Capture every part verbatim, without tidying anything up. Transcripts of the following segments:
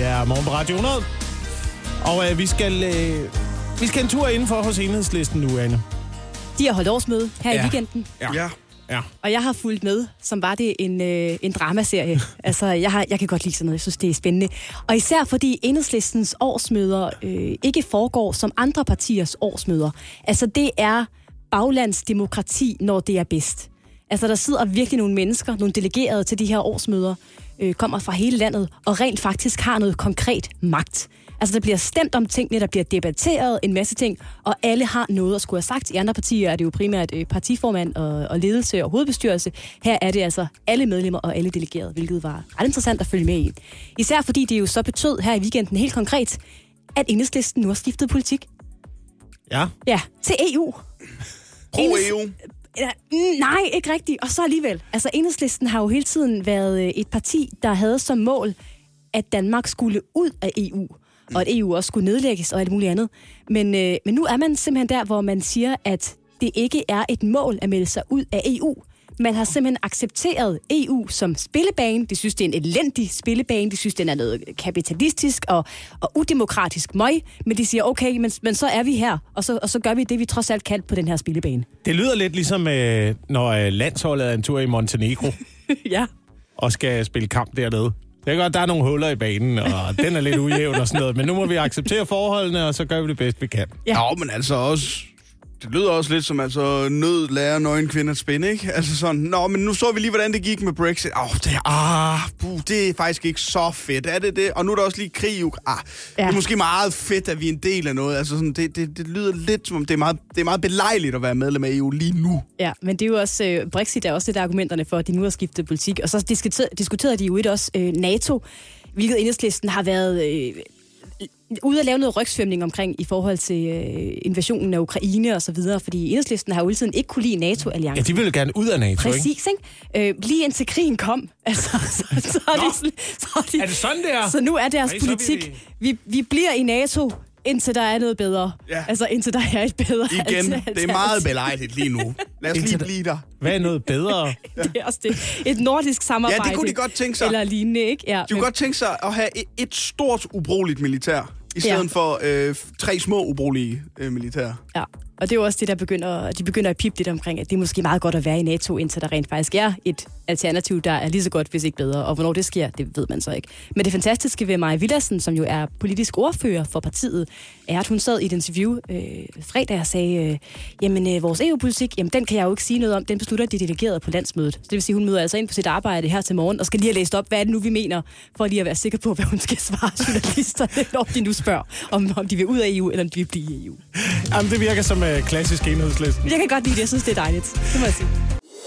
er morgen på Radio hundrede. Og øh, vi, skal, øh, vi skal en tur indenfor hos Enhedslisten nu, Anne. De har holdt årsmøde her Ja. i weekenden. Ja. ja. ja. Og jeg har fulgt med, som var det en, øh, en dramaserie. Altså, jeg, har, jeg kan godt lide sådan noget. Jeg synes, det er spændende. Og især fordi Enhedslistens årsmøder øh, ikke foregår som andre partiers årsmøder. Altså, det er baglandsdemokrati, når det er bedst. Altså, der sidder virkelig nogle mennesker, nogle delegerede til de her årsmøder, øh, kommer fra hele landet, og rent faktisk har noget konkret magt. Altså, der bliver stemt om tingene, der bliver debatteret en masse ting, og alle har noget at skulle have sagt. I andre partier er det jo primært øh, partiformand og, og ledelse og hovedbestyrelse. Her er det altså alle medlemmer og alle delegerede, hvilket var ret interessant at følge med i. Især fordi det jo så betød her i weekenden helt konkret, at Enhedslisten nu har skiftet politik. Ja. Ja, til E U. Pro-E U? Ja, nej, ikke rigtigt. Og så alligevel. Altså, Enhedslisten har jo hele tiden været et parti, der havde som mål, at Danmark skulle ud af E U. Og at E U også skulle nedlægges og alt muligt andet. Men, øh, men nu er man simpelthen der, hvor man siger, at det ikke er et mål at melde sig ud af E U. Man har simpelthen accepteret E U som spillebane. De synes, det er en elendig spillebane. De synes, den er noget kapitalistisk og, og udemokratisk møg. Men de siger, okay, men, men så er vi her, og så, og så gør vi det, vi trods alt kan på den her spillebane. Det lyder lidt ligesom, øh, når øh, landsholdet er en tur i Montenegro. Ja. Og skal spille kamp dernede. Det er godt, der er nogle huller i banen, og den er lidt ujævn og sådan noget. Men nu må vi acceptere forholdene, og så gør vi det bedst, vi kan. Ja, ja men altså også... Det lyder også lidt som, altså, nød lærer nøgen kvinder at spænde, ikke? Altså sådan, nå, men nu så vi lige, hvordan det gik med Brexit. Åh, oh, det, ah, buh, det er faktisk ikke så fedt, er det det? Og nu er der også lige krig. Ah, ja. Det er måske meget fedt, at vi er en del af noget. Altså sådan, det, det, det lyder lidt som om, det er, meget, det er meget belejligt at være medlem af E U lige nu. Ja, men det er jo også, øh, Brexit er også lidt af argumenterne for, at de nu har skiftet politik. Og så diskuterede, diskuterede de jo et også øh, NATO, hvilket Enhedslisten har været... Øh, ude at lave noget rygsvømning omkring i forhold til øh, invasionen af Ukraine og så videre, fordi Enhedslisten har jo hele tiden ikke kunne lide NATO-alliancen. Ja, de ville gerne ud af NATO, Præcis, ikke? ikke? Øh, lige indtil krigen kom. Altså, så, så, er de, så, så er de, er det sådan, det er? Så nu er deres Ej, politik, vi... vi, vi bliver i NATO, indtil der er noget bedre. Ja. Altså, indtil der er et bedre Igen, det er meget belejligt lige nu. Lad os lige blive der. Hvad er noget bedre? Det er også det. Et nordisk samarbejde. Ja, det kunne de godt tænke sig. Eller lignende, ikke? Ja, de kunne men... godt tænke sig at have et stort, ubrugeligt militær, i stedet ja. for øh, tre små, ubrugelige øh, militær. Ja, og det er jo også det, der begynder, de begynder at pipe lidt omkring, at det er måske meget godt at være i NATO, indtil der rent faktisk er et alternativ, der er lige så godt, hvis ikke bedre. Og hvornår det sker, det ved man så ikke. Men det fantastiske ved Maja Villadsen, som jo er politisk ordfører for partiet, er, at hun sad i et interview øh, fredag og sagde, øh, jamen øh, vores E U-politik, jamen den kan jeg jo ikke sige noget om, den beslutter de delegerede på landsmødet. Så det vil sige, hun møder altså ind på sit arbejde her til morgen, og skal lige have læst op, hvad er det nu, vi mener, for lige at være sikker på, hvad hun skal svare journalisterne, når de nu spørger, om, om de vil ud af E U, eller om de vil blive i E U. Jamen, det virker som uh, klassisk Enhedslisten. Jeg kan godt lide det, jeg synes, det er dejligt. Det må jeg sige.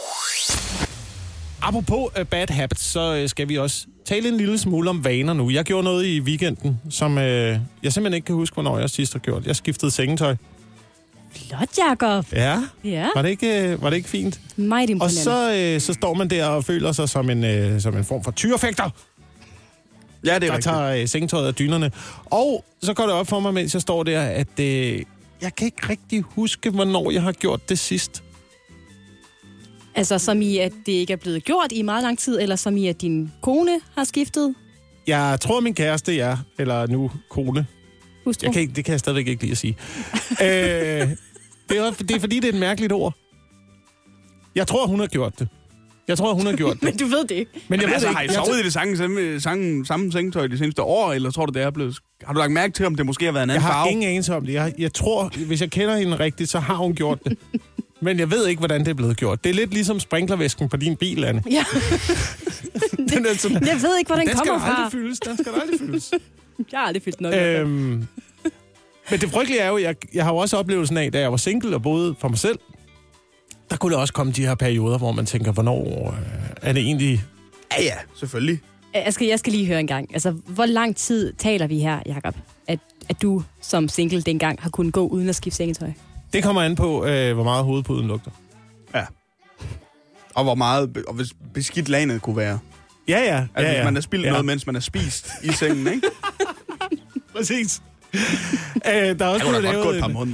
Apropos uh, bad habits, så uh, skal vi også tale en lille smule om vaner nu. Jeg gjorde noget i weekenden, som uh, jeg simpelthen ikke kan huske, hvornår jeg sidst har gjort. Jeg skiftede sengetøj. Flot, Jacob. Ja, ja. Var, det ikke, uh, var det ikke fint? Meget imponerende. Og så, uh, så står man der og føler sig som en, uh, som en form for tyrefægter. Ja, det er der rigtigt. tager uh, sengetøjet af dynerne. Og så går det op for mig, mens jeg står der, at uh, jeg kan ikke rigtig huske, hvornår jeg har gjort det sidst. Altså som i, at det ikke er blevet gjort i meget lang tid, eller som i, at din kone har skiftet? Jeg tror, min kæreste er, eller nu kone. Hustru. Jeg kan ikke, det kan jeg stadigvæk ikke lide at sige. øh, det, er, det er fordi, det er et mærkeligt ord. Jeg tror, hun har gjort det. Jeg tror, hun har gjort det. Men du ved det ikke. Men, Men jeg ved altså, det ikke. Har I sovet i det samme, samme, samme sengetøj de seneste år, eller tror du, det er blevet... Har du lagt mærke til, om det måske har været en anden farve? Jeg har farve? ingen anelse om det. Jeg, jeg tror, hvis jeg kender hende rigtigt, så har hun gjort det. Men jeg ved ikke, hvordan det er blevet gjort. Det er lidt ligesom sprinklervæsken på din bil, Anne. Ja. den er sådan, jeg ved ikke, hvor den, den kommer fra. Den skal aldrig fyldes. Den skal aldrig fyldes. Jeg har aldrig fyldt noget. Øhm, men det frygtelige er jo, jeg, jeg har jo også oplevelsen af, da jeg var single og boede for mig selv, der kunne der også komme de her perioder, hvor man tænker, hvornår øh, er det egentlig... Ja, ja, selvfølgelig. Jeg skal, jeg skal lige høre en gang. Altså, hvor lang tid taler vi her, Jacob, at, at du som single dengang har kunnet gå uden at skifte sengetøj? Det kommer an på, øh, hvor meget hovedpuden lugter. Ja. Og hvor meget og hvis beskidt lanet kunne være. Ja, ja. Altså, ja, ja. hvis man har spildt ja. noget, mens man har spist i sengen, ikke? Præcis. øh, der er også blevet lavet godt gå et par måneder.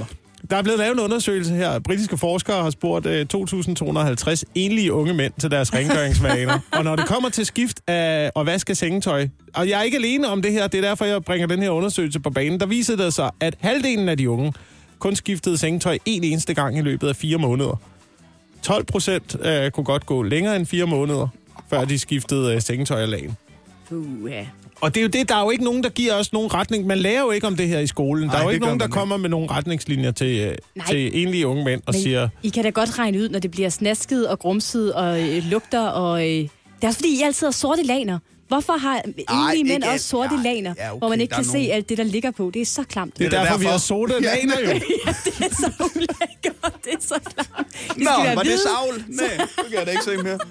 Der er blevet lavet en undersøgelse her. Britiske forskere har spurgt uh, to tusind to hundrede og halvtreds enlige unge mænd til deres rengøringsvaner. Og når det kommer til skift af at vaske sengetøj, og jeg er ikke alene om det her, det er derfor, jeg bringer den her undersøgelse på banen, der viser det sig, at halvdelen af de unge kun skiftede sengetøj en eneste gang i løbet af fire måneder. tolv procent uh, kunne godt gå længere end fire måneder, før de skiftede uh, sengetøj og lagen. Uh, ja. Og det er jo det, der er jo ikke nogen, der giver os nogen retning. Man lærer jo ikke om det her i skolen. Der Ej, er jo ikke nogen, der ikke. kommer med nogle retningslinjer til, uh, til enlige unge mænd og Men siger... I kan da godt regne ud, når det bliver snasket og grumset og øh, lugter og... Øh, det er også fordi, I altid har sorte laner. Hvorfor har enlige mænd også sorte ja, laner, ja, okay, hvor man ikke kan nogen... se alt det, der ligger på? Det er så klamt. Det er, det er derfor, derfor, vi har sorte laner jo. Ja, det er så ulækkert. Det er så klamt. Nå, var hvide. Det savl? Nej, det kan jeg da ikke se mere.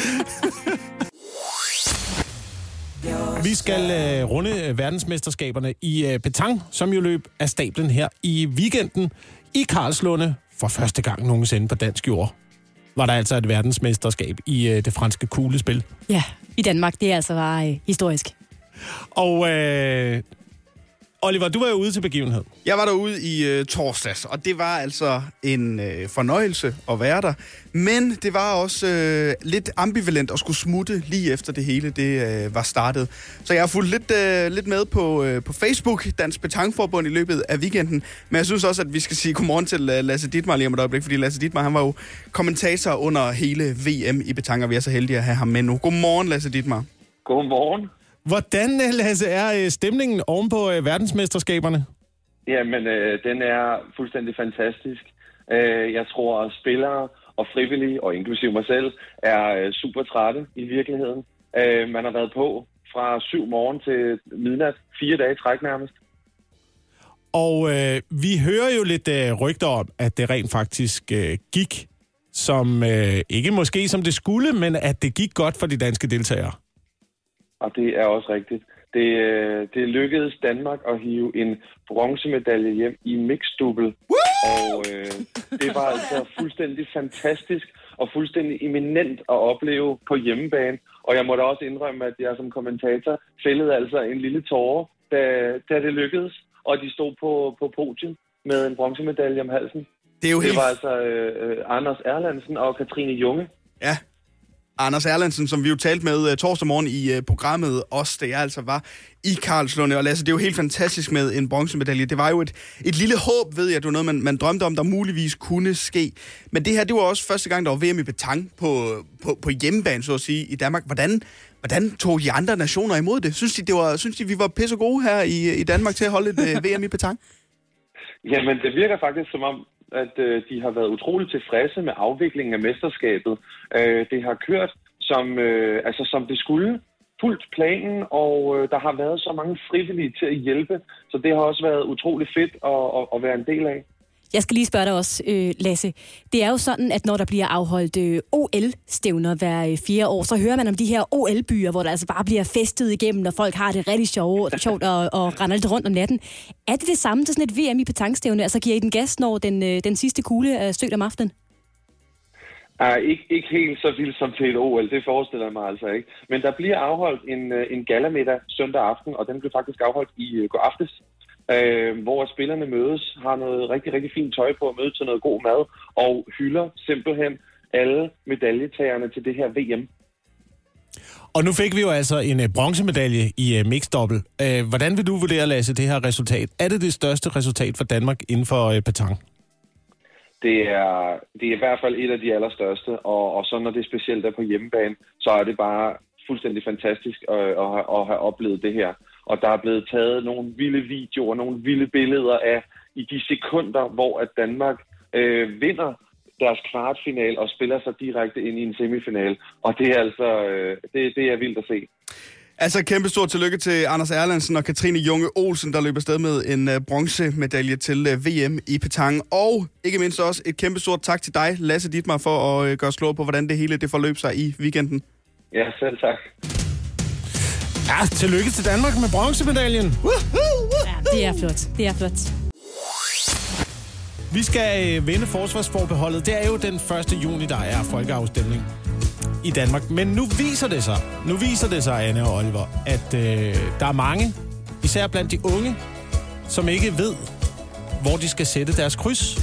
Vi skal uh, runde uh, verdensmesterskaberne i uh, petanque, som jo løb af stablen her i weekenden i Karlslunde for første gang nogensinde på dansk jord. Var der altså et verdensmesterskab i uh, det franske kuglespil. Ja, i Danmark. Det er altså bare uh, historisk. Og uh, Oliver, du var jo ude til begivenhed. Jeg var derude i uh, torsdags, og det var altså en uh, fornøjelse at være der. Men det var også uh, lidt ambivalent at skulle smutte lige efter det hele det uh, var startet. Så jeg har fulgt lidt, uh, lidt med på, uh, på Facebook, Dansk Petanqueforbund, i løbet af weekenden. Men jeg synes også, at vi skal sige godmorgen til uh, Lasse Dittmar lige om et øjeblik, fordi Lasse Dittmar, han var jo kommentator under hele V M i petanque, og vi er så heldige at have ham med nu. Godmorgen, Lasse Dittmar. Godmorgen. Hvordan, Lasse, er stemningen oven på øh, verdensmesterskaberne? Jamen, øh, den er fuldstændig fantastisk. Øh, jeg tror, at spillere og frivillige, og inklusive mig selv, er øh, super trætte i virkeligheden. Øh, man har været på fra syv morgen til midnat, fire dage i træk nærmest. Og øh, vi hører jo lidt øh, rygter om, at det rent faktisk øh, gik, som øh, ikke måske som det skulle, men at det gik godt for de danske deltagere. Og det er også rigtigt. Det, det lykkedes Danmark at hive en bronzemedalje hjem i mixed-double. Og øh, det var altså fuldstændig fantastisk og fuldstændig eminent at opleve på hjemmebane. Og jeg må da også indrømme, at jeg som kommentator fældede altså en lille tåre, da, da det lykkedes. Og de stod på, på podium med en bronzemedalje om halsen. Det, er jo det helt... var altså øh, Anders Erlandsen og Katrine Junge. Ja. Anders Erlandsen, som vi jo talte med uh, torsdag morgen i uh, programmet også, da jeg altså var i Karlslunde. Og Lasse, det er jo helt fantastisk med en bronzemedalje. Det var jo et, et lille håb, ved jeg, det var noget, man, man drømte om, der muligvis kunne ske. Men det her, det var også første gang, der var V M i petanque på, på, på hjemmebane, så at sige, i Danmark. Hvordan, hvordan tog de andre nationer imod det? Synes de, det var, synes de vi var pisse gode her i, i Danmark til at holde et uh, V M i petanque? Jamen, det virker faktisk som om, at øh, de har været utroligt tilfredse med afviklingen af mesterskabet. Øh, det har kørt som, øh, altså, som det skulle, fuldt planen, og øh, der har været så mange frivillige til at hjælpe, så det har også været utroligt fedt at, at, at være en del af. Jeg skal lige spørge dig også, øh, Lasse. Det er jo sådan, at når der bliver afholdt øh, O L-stævner hver øh, fire år, så hører man om de her O L-byer, hvor der altså bare bliver festet igennem, og folk har det rigtig sjovt, sjovt og, og render lidt rundt om natten. Er det det samme til sådan et V M i petanquestævne? Altså giver I den gas, når den, øh, den sidste kugle er stødt om aftenen? Uh, ikke, ikke helt så vildt som til et O L, det forestiller jeg mig altså ikke. Men der bliver afholdt en, en gallamiddag søndag aften, og den blev faktisk afholdt i uh, går aftes. Øh, hvor spillerne mødes, har noget rigtig, rigtig fint tøj på at møde til noget god mad, og hylder simpelthen alle medaljetagerne til det her V M. Og nu fik vi jo altså en uh, bronzemedalje i uh, mixed double. Uh, hvordan vil du vurdere, Lasse, det her resultat? Er det det største resultat for Danmark inden for uh, petanque? Det er, det er i hvert fald et af de allerstørste, og, og så når det specielt er på hjemmebane, så er det bare fuldstændig fantastisk at, at, at have oplevet det her. Og der er blevet taget nogle vilde videoer, nogle vilde billeder af i de sekunder, hvor at Danmark øh, vinder deres kvartfinal og spiller sig direkte ind i en semifinal. Og det er altså øh, det, det er vildt at se. Altså kæmpe stort tillykke til Anders Erlandsen og Katrine Junge Olsen, der løber afsted med en uh, bronzemedalje til uh, V M i petanque. Og ikke mindst også et kæmpe stort tak til dig, Lasse Dittmar, for at uh, gøre os klogere på, hvordan det hele det forløb sig i weekenden. Ja, selv tak. Ja, tillykke til Danmark med bronzemedaljen. Ja, det er flot. Det er flot. Vi skal øh, vende forsvarsforbeholdet. Det er jo den første juni, der er folkeafstemning i Danmark. Men nu viser det sig, nu viser det sig, Anne og Oliver, at øh, der er mange, især blandt de unge, som ikke ved, hvor de skal sætte deres kryds.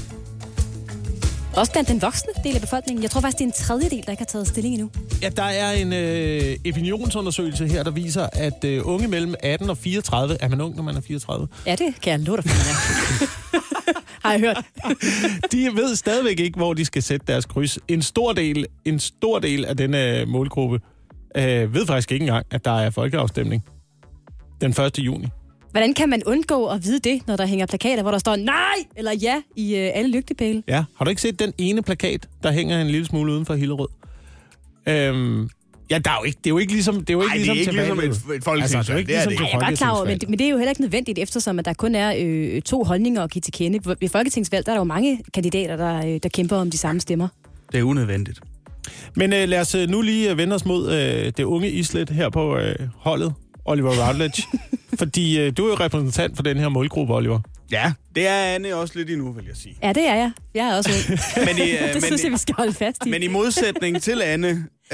Også blandt den voksne del af befolkningen. Jeg tror faktisk, det er en tredjedel, der ikke har taget stilling endnu. Ja, der er en øh, opinionsundersøgelse her, der viser, at øh, unge mellem atten og fireogtredive... Er man ung, når man er fireogtredive? Ja, det kan jeg love dig for, ja. Har jeg hørt. De ved stadigvæk ikke, hvor de skal sætte deres kryds. En stor del, en stor del af denne målgruppe øh, ved faktisk ikke engang, at der er folkeafstemning den første juni. Hvordan kan man undgå at vide det, når der hænger plakater, hvor der står nej eller ja i øh, alle lygtepæle? Ja, har du ikke set den ene plakat, der hænger en lille smule uden for Hillerød? Øhm, ja, der er jo ikke, det er jo ikke ligesom det er jo ikke Ej, ligesom, det er ikke ligesom et, et folketingsvalg. Altså, det er ikke det er ligesom det til ikke. Jeg er godt klar over, men, folketingsvalg. men det er jo heller ikke nødvendigt, eftersom at der kun er øh, to holdninger at give til kende. Ved folketingsvalg der er der jo mange kandidater, der, øh, der kæmper om de samme stemmer. Det er unødvendigt. Men øh, lad os øh, nu lige øh, vende os mod øh, det unge islet her på øh, holdet, Oliver Routledge. Fordi øh, du er jo repræsentant for den her målgruppe, Oliver. Ja, det er Anne også lidt endnu, vil jeg sige. Ja, det er jeg. Jeg er også ung. Men i, øh, det men, synes jeg, vi skal holde fast i. Men i modsætning til Anne,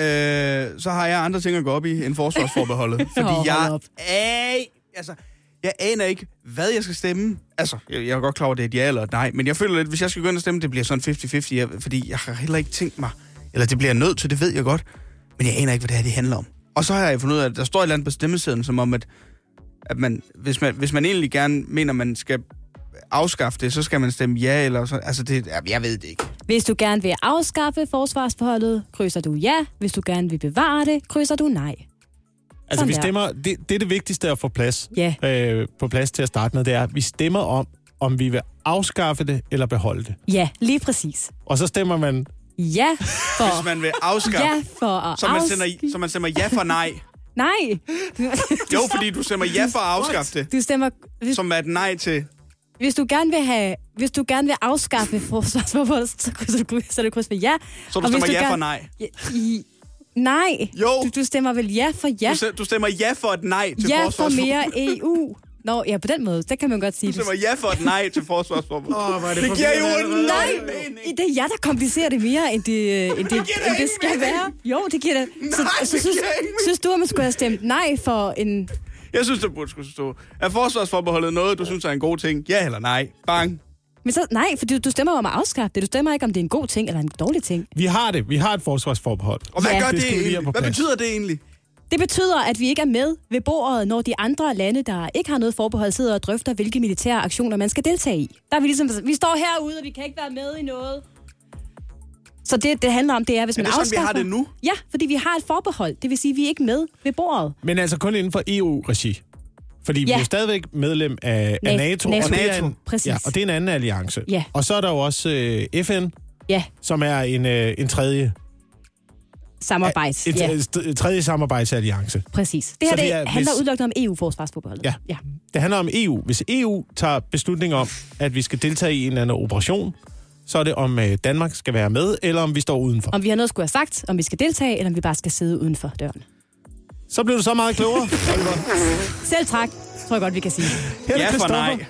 øh, så har jeg andre ting at gå op i end forsvarsforbeholdet. Fordi Åh, hold jeg, op. af, altså, jeg aner ikke, hvad jeg skal stemme. Altså, jeg, jeg er godt klar over, det er et ja eller et nej. Men jeg føler lidt, hvis jeg skal gå ind og stemme, det bliver sådan halvtreds halvtreds. Jeg, fordi jeg har heller ikke tænkt mig, eller det bliver jeg nødt til, det ved jeg godt. Men jeg aner ikke, hvad det her det handler om. Og så har jeg fundet ud af, at der står et eller andet på stemmesedlen, som om, at, at man, hvis, man, hvis man egentlig gerne mener, man skal afskaffe det, så skal man stemme ja, eller så. Altså, det, jeg ved det ikke. Hvis du gerne vil afskaffe forsvarsforholdet, krydser du ja. Hvis du gerne vil bevare det, krydser du nej. Altså, Sådan vi der. stemmer, det, det er det vigtigste at få plads, Ja. øh, på plads til at starte med, det er, at vi stemmer om, om vi vil afskaffe det eller beholde det. Ja, lige præcis. Og så stemmer man, Ja for... Hvis man vil afskaffe, Ja for at så man, afsk- sender, så man stemmer ja for nej. Nej. Du, Jo, fordi du stemmer ja for at afskaffe det, du stemmer... Hvis, som er et nej til... hvis du gerne vil have... Hvis du gerne vil afskaffe forsvarsforbeholdet, så krydser du, så er det kryds for ja. Så du Og hvis stemmer ja gerne- for nej. Ja, i, nej. Jo. Du, du stemmer vel ja for ja. Du, se- du stemmer ja for et nej til Ja for forsvarsforbeholdet. mere E U. Nå, ja, på den måde, det kan man godt sige. Du stemmer ja for et nej til forsvarsforbeholdet. Åh, hvor er det det giver jo en Nej, mening. det er jeg, der komplicerer det mere, end det, end det, giver da end det ingen skal mening. være. Jo, det giver det. Så, Nej, så det synes, giver ingen mening. synes du, at man skulle have stemt nej for en... Jeg synes, der burde skulle stå. Er forsvarsforbeholdet noget, du synes er en god ting? Ja eller nej? Bang. Men så, nej, for du, du stemmer jo om at afskaffe det. Du stemmer ikke, om det er en god ting eller en dårlig ting. vi har det, vi har et forsvarsforbehold. Og hvad Ja. gør Det det, skal vi lige have egentlig? på Hvad plads. betyder det egentlig? Det betyder, at vi ikke er med ved bordet, når de andre lande, der ikke har noget forbehold, sidder og drøfter, hvilke militære aktioner man skal deltage i. Der er vi ligesom, vi står herude, og vi kan ikke være med i noget. Så det, det handler om, det er, hvis Er man det sådan, vi afskaffer... har det nu? Ja, fordi vi har et forbehold. Det vil sige, at vi er ikke med ved bordet. Men altså kun inden for E U-regi. Fordi ja. vi Ja. er stadigvæk medlem af, af Na- NATO. NATO. Og det er en, Præcis. ja, og det er en anden alliance. Ja. Og så er der jo også øh, F N, Ja, som er en, øh, en tredje, samarbejds. en, Ja, en tredje samarbejdsalliance. præcis. Det her Så det det er, handler hvis- udelukkende om E U-forsvarsforbeholdet. Ja. ja. Det handler om E U. Hvis E U tager beslutning om, at vi skal deltage i en eller anden operation, så er det om øh, Danmark skal være med, eller om vi står udenfor. Om vi har noget at skulle have sagt, om vi skal deltage, eller om vi bare skal sidde uden for døren. Så bliver du så meget klogere, Oliver. Selv tak, tror jeg godt, vi kan sige. Her er Ja for Christoffer. nej.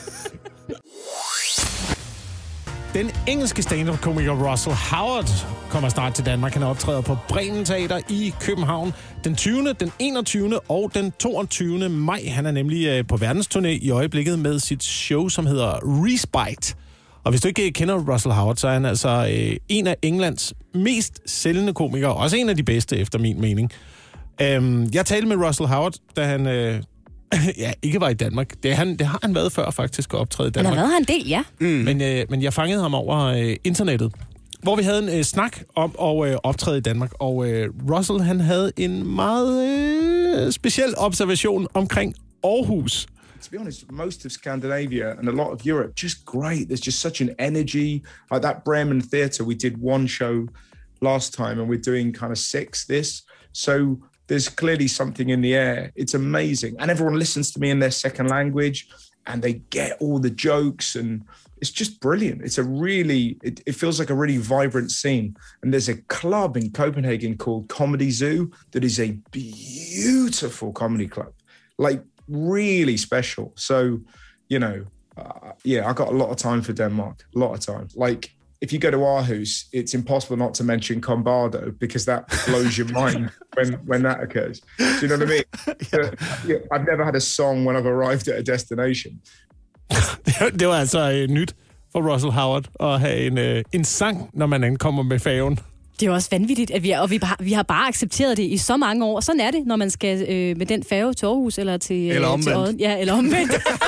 Den engelske stand-up-komiker Russell Howard kommer snart til Danmark. Han optræder på Bremen Teater i København den tyvende, den enogtyvende og den toogtyvende maj. Han er nemlig øh, på verdensturné i øjeblikket med sit show, som hedder Respite. Og hvis du ikke kender Russell Howard, så er han altså øh, en af Englands mest sælgende komikere. Også en af de bedste, efter min mening. Øhm, jeg talte med Russell Howard, da han... Øh, ja, ikke var i Danmark. Det, han, det har han været før, faktisk, at optræde i Han Danmark. har været her en del, ja. Mm. Men, øh, men jeg fangede ham over øh, internettet, hvor vi havde en øh, snak om at øh, optræde i Danmark. Og øh, Russell, han havde en meget øh, speciel observation omkring Aarhus. To be honest, most of Scandinavia and a lot of Europe, just great. There's just such an energy. Like that Bremen Theatre, we did one show last time and we're doing kind of six this. So there's clearly something in the air. It's amazing. And everyone listens to me in their second language and they get all the jokes and it's just brilliant. It's a really, it, it feels like a really vibrant scene. And there's a club in Copenhagen called Comedy Zoo that is a beautiful comedy club. Like really special. So, you know, uh, yeah, I got a lot of time for Denmark, a lot of time. Like if you go to Aarhus, it's impossible not to mention Combardo because that blows your mind when, when that occurs. Do you know what I mean? yeah. Yeah, I've never had a song when I've arrived at a destination. Det var altså øh, nyt for Russell Howard at have en, øh, en sang, når man ankommer med færgen. Det er jo også vanvittigt, at vi, er, og vi, bare, vi har bare accepteret det i så mange år. Sådan er det, når man skal øh, med den færge til Aarhus eller til, eller øh, til Odden. Ja, eller omvendt.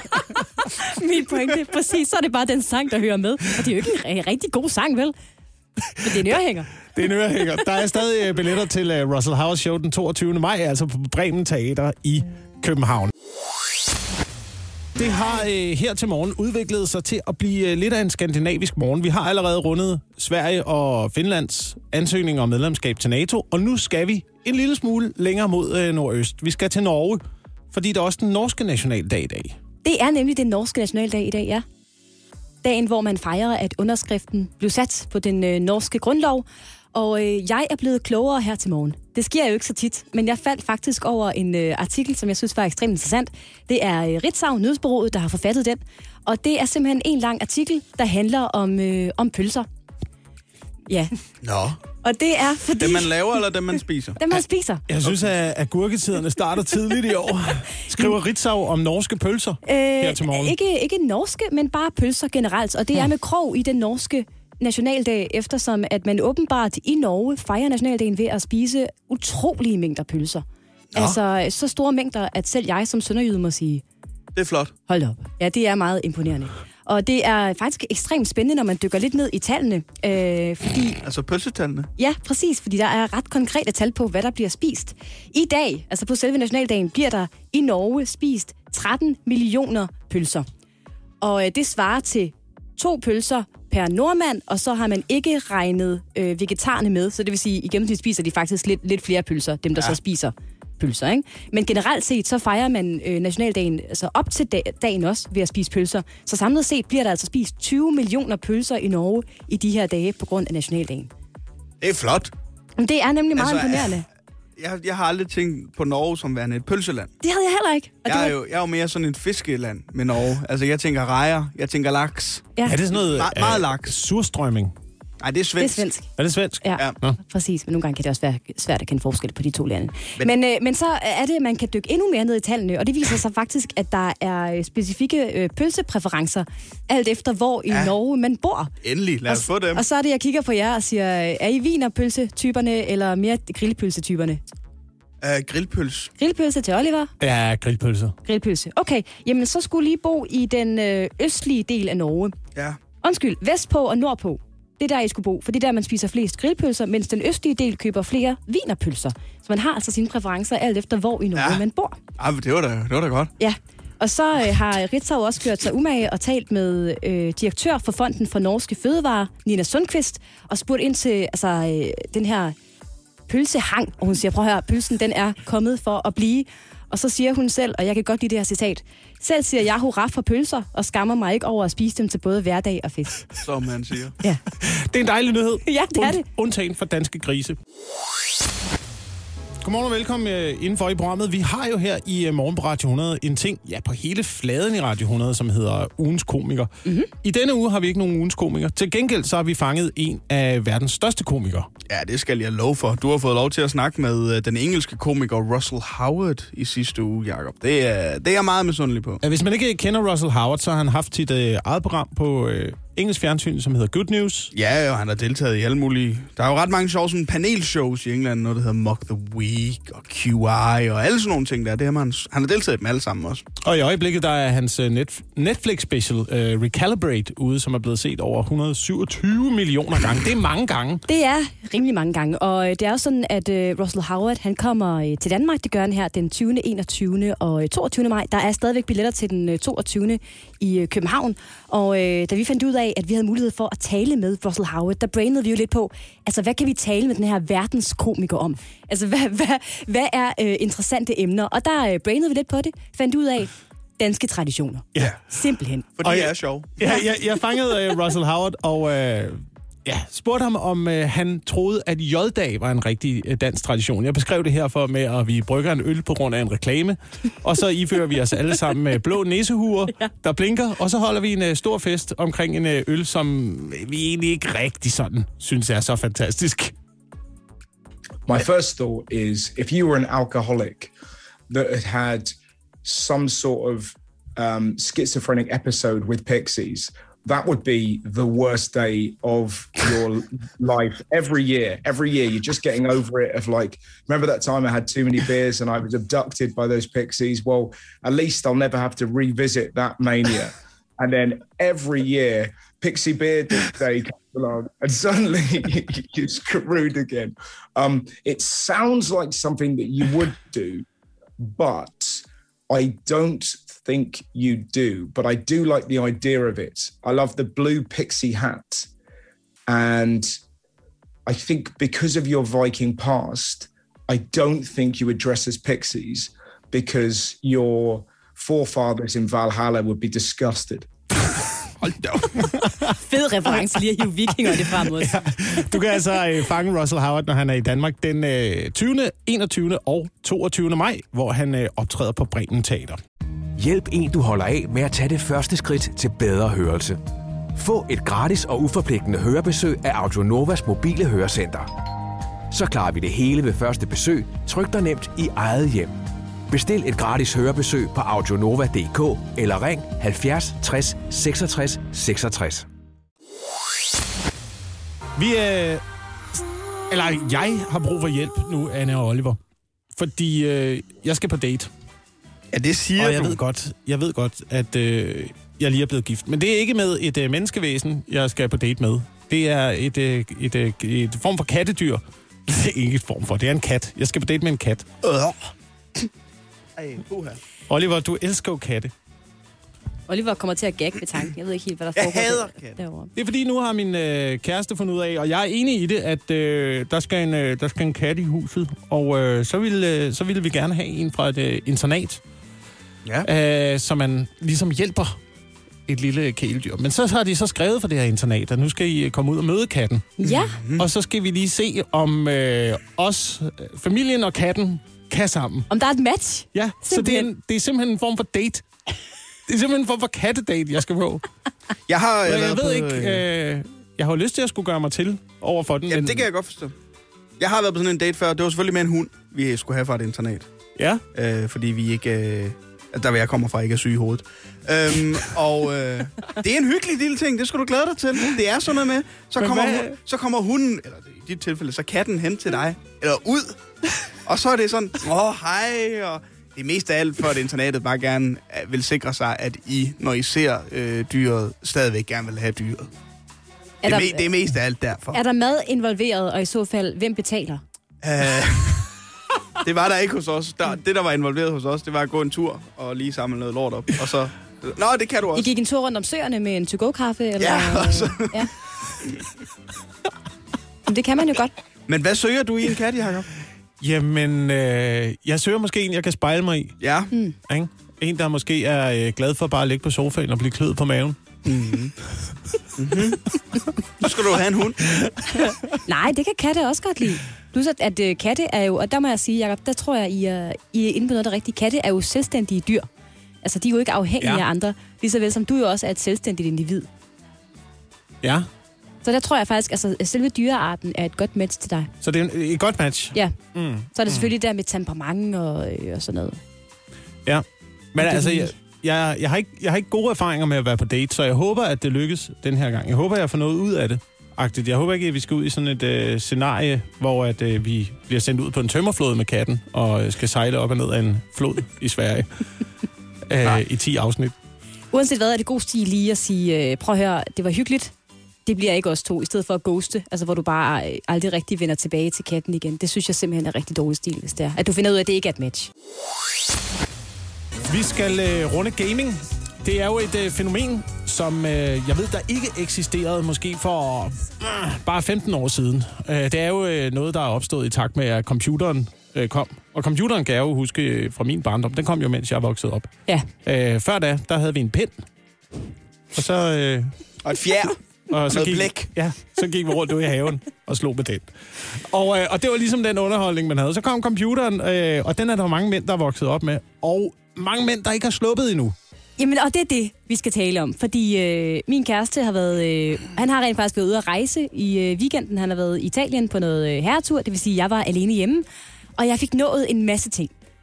Min pointe, præcis. Så er det bare den sang, der hører med. Og det er jo ikke en r- rigtig god sang, vel? Men det er en ørehænger. Det er en ørehænger. Der er stadig øh, billetter til øh, Russell Howard Show den toogtyvende maj, altså på Bremen Teater i København. Det har øh, her til morgen udviklet sig til at blive øh, lidt af en skandinavisk morgen. Vi har allerede rundet Sverige og Finlands ansøgninger om medlemskab til NATO, og nu skal vi en lille smule længere mod øh, nordøst. Vi skal til Norge, fordi det er også den norske nationaldag i dag. Det er nemlig den norske nationaldag i dag, ja. Dagen, hvor man fejrer, at underskriften blev sat på den øh, norske grundlov. Og øh, jeg er blevet klogere her til morgen. Det sker jo ikke så tit, men jeg faldt faktisk over en øh, artikel, som jeg synes var ekstremt interessant. Det er øh, Ritzau, nyhedsbureauet, der har forfattet den. Og det er simpelthen en lang artikel, der handler om, øh, om pølser. Ja. Nå. Og det er fordi... Dem man laver, eller dem man spiser? Dem man spiser. Jeg synes, at agurketiderne starter tidligt i år. Skriver Ritzau om norske pølser øh, her til morgen. Ikke, ikke norske, men bare pølser generelt. Og det er med krog i den norske nationaldag, eftersom at man åbenbart i Norge fejrer nationaldagen ved at spise utrolige mængder pølser. Ja. Altså så store mængder, at selv jeg som sønderjyde må sige... Det er flot. Hold op. Ja, det er meget imponerende. Og det er faktisk ekstremt spændende, når man dykker lidt ned i tallene. Øh, fordi, altså pølsetallene? Ja, præcis, fordi der er ret konkrete tal på, hvad der bliver spist. I dag, altså på selve nationaldagen, bliver der i Norge spist tretten millioner pølser. Og øh, det svarer til to pølser per nordmand, og så har man ikke regnet øh, vegetarerne med. Så det vil sige, at i gennemsnit spiser de faktisk lidt, lidt flere pølser, dem der ja. så spiser pølser, ikke? Men generelt set, så fejrer man øh, nationaldagen altså op til dag, dagen også ved at spise pølser. Så samlet set bliver der altså spist tyve millioner pølser i Norge i de her dage på grund af nationaldagen. Det er flot. Men det er nemlig meget altså, imponerende. Jeg, jeg har aldrig tænkt på Norge som værende et pølseland. Det havde jeg heller ikke. Og jeg, er var... jo, jeg er jo mere sådan et fiskeland med Norge. Altså, jeg tænker rejer, jeg tænker laks. Ja. Er det sådan noget Me- meget laks. Surstrømming? Nej, det er svensk. Det er svensk. Er det svensk? Ja, ja. præcis. Men nogle gange kan det også være svært at kende forskel på de to lande. Men, men, øh, men så er det, at man kan dykke endnu mere ned i tallene, og det viser sig faktisk, at der er specifikke øh, pølsepræferencer, alt efter hvor i ja. Norge man bor. Endelig, lad os og, få dem. Og så er det, jeg kigger på jer og siger, er I wienerpølsetyperne eller mere grillpølsetyperne? Uh, grillpøls. Grillpølse til Oliver? Ja, grillpølse. Grillpølse. Okay, jamen så skulle I bo i den øh, østlige del af Norge. Ja. Undskyld, vestpå og nordpå. Det er der, I skulle bo, for det er der, man spiser flest grillpølser, mens den østlige del køber flere wienerpølser. Så man har altså sine præferencer alt efter, hvor i Norge ja. man bor. Ja, men det var da, det var da godt. Ja, og så øh, har Ritzau også gjort sig umage og talt med øh, direktør for Fonden for Norske Fødevarer, Nina Sundqvist, og spurgt ind til altså, øh, den her pølsehang. Og hun siger, prøv at høre, pølsen den er kommet for at blive. Og så siger hun selv, og jeg kan godt lide det her citat, selv siger jeg hurra for pølser, og skammer mig ikke over at spise dem til både hverdag og fest. Som man siger. Ja. Det er en dejlig nyhed. Ja, det er det. Undtagen for danske grise. Godmorgen og velkommen uh, indenfor i programmet. Vi har jo her i uh, Morgen på Radio hundrede en ting, ja, på hele fladen i Radio hundrede, som hedder Ugens Komiker. Mm-hmm. I denne uge har vi ikke nogen Ugens Komiker. Til gengæld så har vi fanget en af verdens største komikere. Ja, det skal jeg love for. Du har fået lov til at snakke med uh, den engelske komiker Russell Howard i sidste uge, Jacob. Det er, det er jeg meget misundelig på. Hvis man ikke kender Russell Howard, så har han haft sit uh, eget program på... Uh, engelsk fjernsyn, som hedder Good News. Ja, og han har deltaget i alle mulige... Der er jo ret mange sjove sådan panelshows i England, noget der hedder Mock the Week og Q I og alle sådan nogle ting der. Det har man, han har deltaget i dem alle sammen også. Og i øjeblikket, der er hans net, Netflix-special uh, Recalibrate ude, som er blevet set over et hundrede og syvogtyve millioner gange. Det er mange gange. Det er rimelig mange gange, og det er jo sådan, at uh, Russell Howard, han kommer uh, til Danmark. Det gør han her den tyvende, enogtyvende og toogtyvende maj. Der er stadigvæk billetter til den uh, toogtyvende i uh, København. Og uh, da vi fandt ud af, at vi havde mulighed for at tale med Russell Howard, der brainede vi jo lidt på, altså hvad kan vi tale med den her verdenskomiker om? Altså hvad, hvad, hvad er øh, interessante emner? Og der øh, brainede vi lidt på det, fandt ud af danske traditioner. Ja. Simpelthen. For det er sjov. Ja, jeg, jeg fangede uh, Russell Howard og øh, ja, spurgte ham, om øh, han troede, at J-dag var en rigtig øh, dansk tradition. Jeg beskrev det her for med, at vi brygger en øl på grund af en reklame, og så ifører vi os alle sammen med blå næsehuer, ja. der blinker, og så holder vi en øh, stor fest omkring en øh, øl, som vi egentlig ikke rigtig sådan synes er så fantastisk. My first thought is, if you were an alcoholic that had had some sort of um, schizophrenic episode with Pixies, that would be the worst day of your life every year. Every year, you're just getting over it of like, remember that time I had too many beers and I was abducted by those Pixies? Well, at least I'll never have to revisit that mania. And then every year, Pixie Beer Day comes along and suddenly you're screwed again. Um, it sounds like something that you would do, but I don't think you do, but I do like the idea of it. I love the blue pixie hat. And I think because of your Viking past, I don't think you would dress as pixies because your forefathers in Valhalla would be disgusted. Hold da. Fed reference lige at hive vikingerne frem mod. Ja, du kan altså øh, fange Russell Howard, når han er i Danmark, den øh, tyvende, enogtyvende og toogtyvende maj, hvor han øh, optræder på Bremen Teater. Hjælp en, du holder af med at tage det første skridt til bedre hørelse. Få et gratis og uforpligtende hørebesøg af Audionovas mobile hørecenter. Så klarer vi det hele ved første besøg, tryk dig nemt i eget hjem. Bestil et gratis hørebesøg på audionova punktum d k eller ring halvfjerds tres seksogtres seksogtres. Vi øh, eller jeg har brug for hjælp nu, Anne og Oliver. Fordi øh, jeg skal på date. Ja, det siger og jeg du. ved godt, jeg ved godt, at øh, jeg lige er blevet gift. Men det er ikke med et øh, menneskevæsen, jeg skal på date med. Det er et, øh, et, øh, et form for kattedyr. Det er ikke et form for, det er en kat. Jeg skal på date med en kat. Øh. Ej, puha. Oliver, du elsker jo katte. Oliver kommer til at gagge ved tanken. Jeg ved ikke helt, hvad der Jeg foregår hader der- katte. derovre. Det er fordi, nu har min øh, kæreste fundet ud af, og jeg er enig i det, at øh, der, skal en, øh, der skal en kat i huset. Og øh, så, ville, øh, så ville vi gerne have en fra et øh, internat, Ja. øh, så man ligesom hjælper et lille kæledyr. Men så har de så skrevet for det her internat, at nu skal I komme ud og møde katten. Ja, Mm. Og så skal vi lige se, om øh, os, øh, familien og katten, kan sammen. om der er et match. Ja, så det er, en, det er simpelthen en form for date. Det er simpelthen en form for kattedate, jeg skal på. Jeg har Jeg, jeg jeg ved på, ikke, øh, øh, jeg har jo lyst til at skulle gøre mig til over for den. Jamen, men- det kan jeg godt forstå. Jeg har været på sådan en date før. Det var selvfølgelig med en hund, vi skulle have fra et internat. Ja, Øh, fordi vi ikke... Øh, der hvor jeg kommer fra, ikke er syg i hovedet. Øhm, og øh, det er en hyggelig lille ting. Det skal du glæde dig til. Det er sådan noget med. Så Men kommer, hvad- hun, så kommer hunden, eller i dit tilfælde, så katten hen til dig. Eller ud. Og så er det sådan, åh, hej. Og det er mest af alt for, at internatet bare gerne øh, vil sikre sig, at I, når I ser øh, dyret, stadigvæk gerne vil have dyret. Er Det er, der, me- det er mest af alt derfor. er der mad involveret, og i så fald, hvem betaler? Øh, det var der ikke hos os. Der, det, der var involveret hos os, det var at gå en tur og lige samle noget lort op. Og så... Nå, det kan du I også. gik en tur rundt om søerne med en to-go-kaffe? Eller, Ja, og så- ja. Men det kan man jo godt. Men hvad søger du i en kat, Jacob? jamen, øh, jeg søger måske en, jeg kan spejle mig i. Ja. Mm. Ikke? En, der måske er øh, glad for bare at ligge på sofaen og blive kløet på maven. Mm-hmm. Mm-hmm. Så skal du have en hund. Nej, det kan katte også godt lide. Plus at, at øh, katte er jo, og der må jeg sige, Jacob, der tror jeg, I er, I er inde på noget, der er rigtigt. Katte er jo selvstændige dyr. Altså, de er jo ikke afhængige Ja. af andre. Lige så vel som du jo også er et selvstændigt individ. Ja, Så der tror jeg faktisk, altså selve dyrearten er et godt match til dig. så det er en, et godt match. Ja. Mm. Så er det selvfølgelig der med temperament og, øh, og sådan noget. Ja. Men det altså, lige- jeg, jeg, jeg, har ikke, jeg har ikke gode erfaringer med at være på date, så jeg håber, at det lykkes den her gang. Jeg håber, jeg får noget ud af det. Agtigt. Jeg håber ikke, at vi skal ud i sådan et øh, scenarie, hvor at, øh, vi bliver sendt ud på en tømmerflåde med katten, og øh, skal sejle op og ned af en flod i Sverige. øh, I ti afsnit. Uanset hvad, er det god stil lige at sige, øh, prøv at høre, det var hyggeligt. Det bliver ikke os to, i stedet for at ghoste, altså hvor du bare øh, aldrig rigtig vender tilbage til katten igen. Det synes jeg simpelthen er rigtig dårlig stil, hvis det er. At du finder ud af, at det ikke er et match. Vi skal øh, runde gaming. Det er jo et øh, fænomen, som øh, jeg ved, der ikke eksisterede måske for øh, bare femten år siden. Øh, det er jo øh, noget, der er opstået i takt med, at computeren øh, kom. Og computeren kan jeg jo huske øh, fra min barndom. Den kom jo, mens jeg voksede op. Ja. Øh, før da, der havde vi en pind. Og så... Øh, Og et fjer. og så noget gik, blæk. Ja, så gik vi rundt ude i haven og slog med den. Og, øh, og det var ligesom den underholdning, man havde. Så kom computeren, øh, og den er der mange mænd, der er vokset op med. Og mange mænd, der ikke har sluppet endnu. Jamen, og det er det, vi skal tale om. Fordi øh, min kæreste har været... Øh, han har rent faktisk været ude at rejse i øh, weekenden. Han har været i Italien på noget øh, herretur. Det vil sige, at jeg var alene hjemme. Og jeg fik nået en masse ting.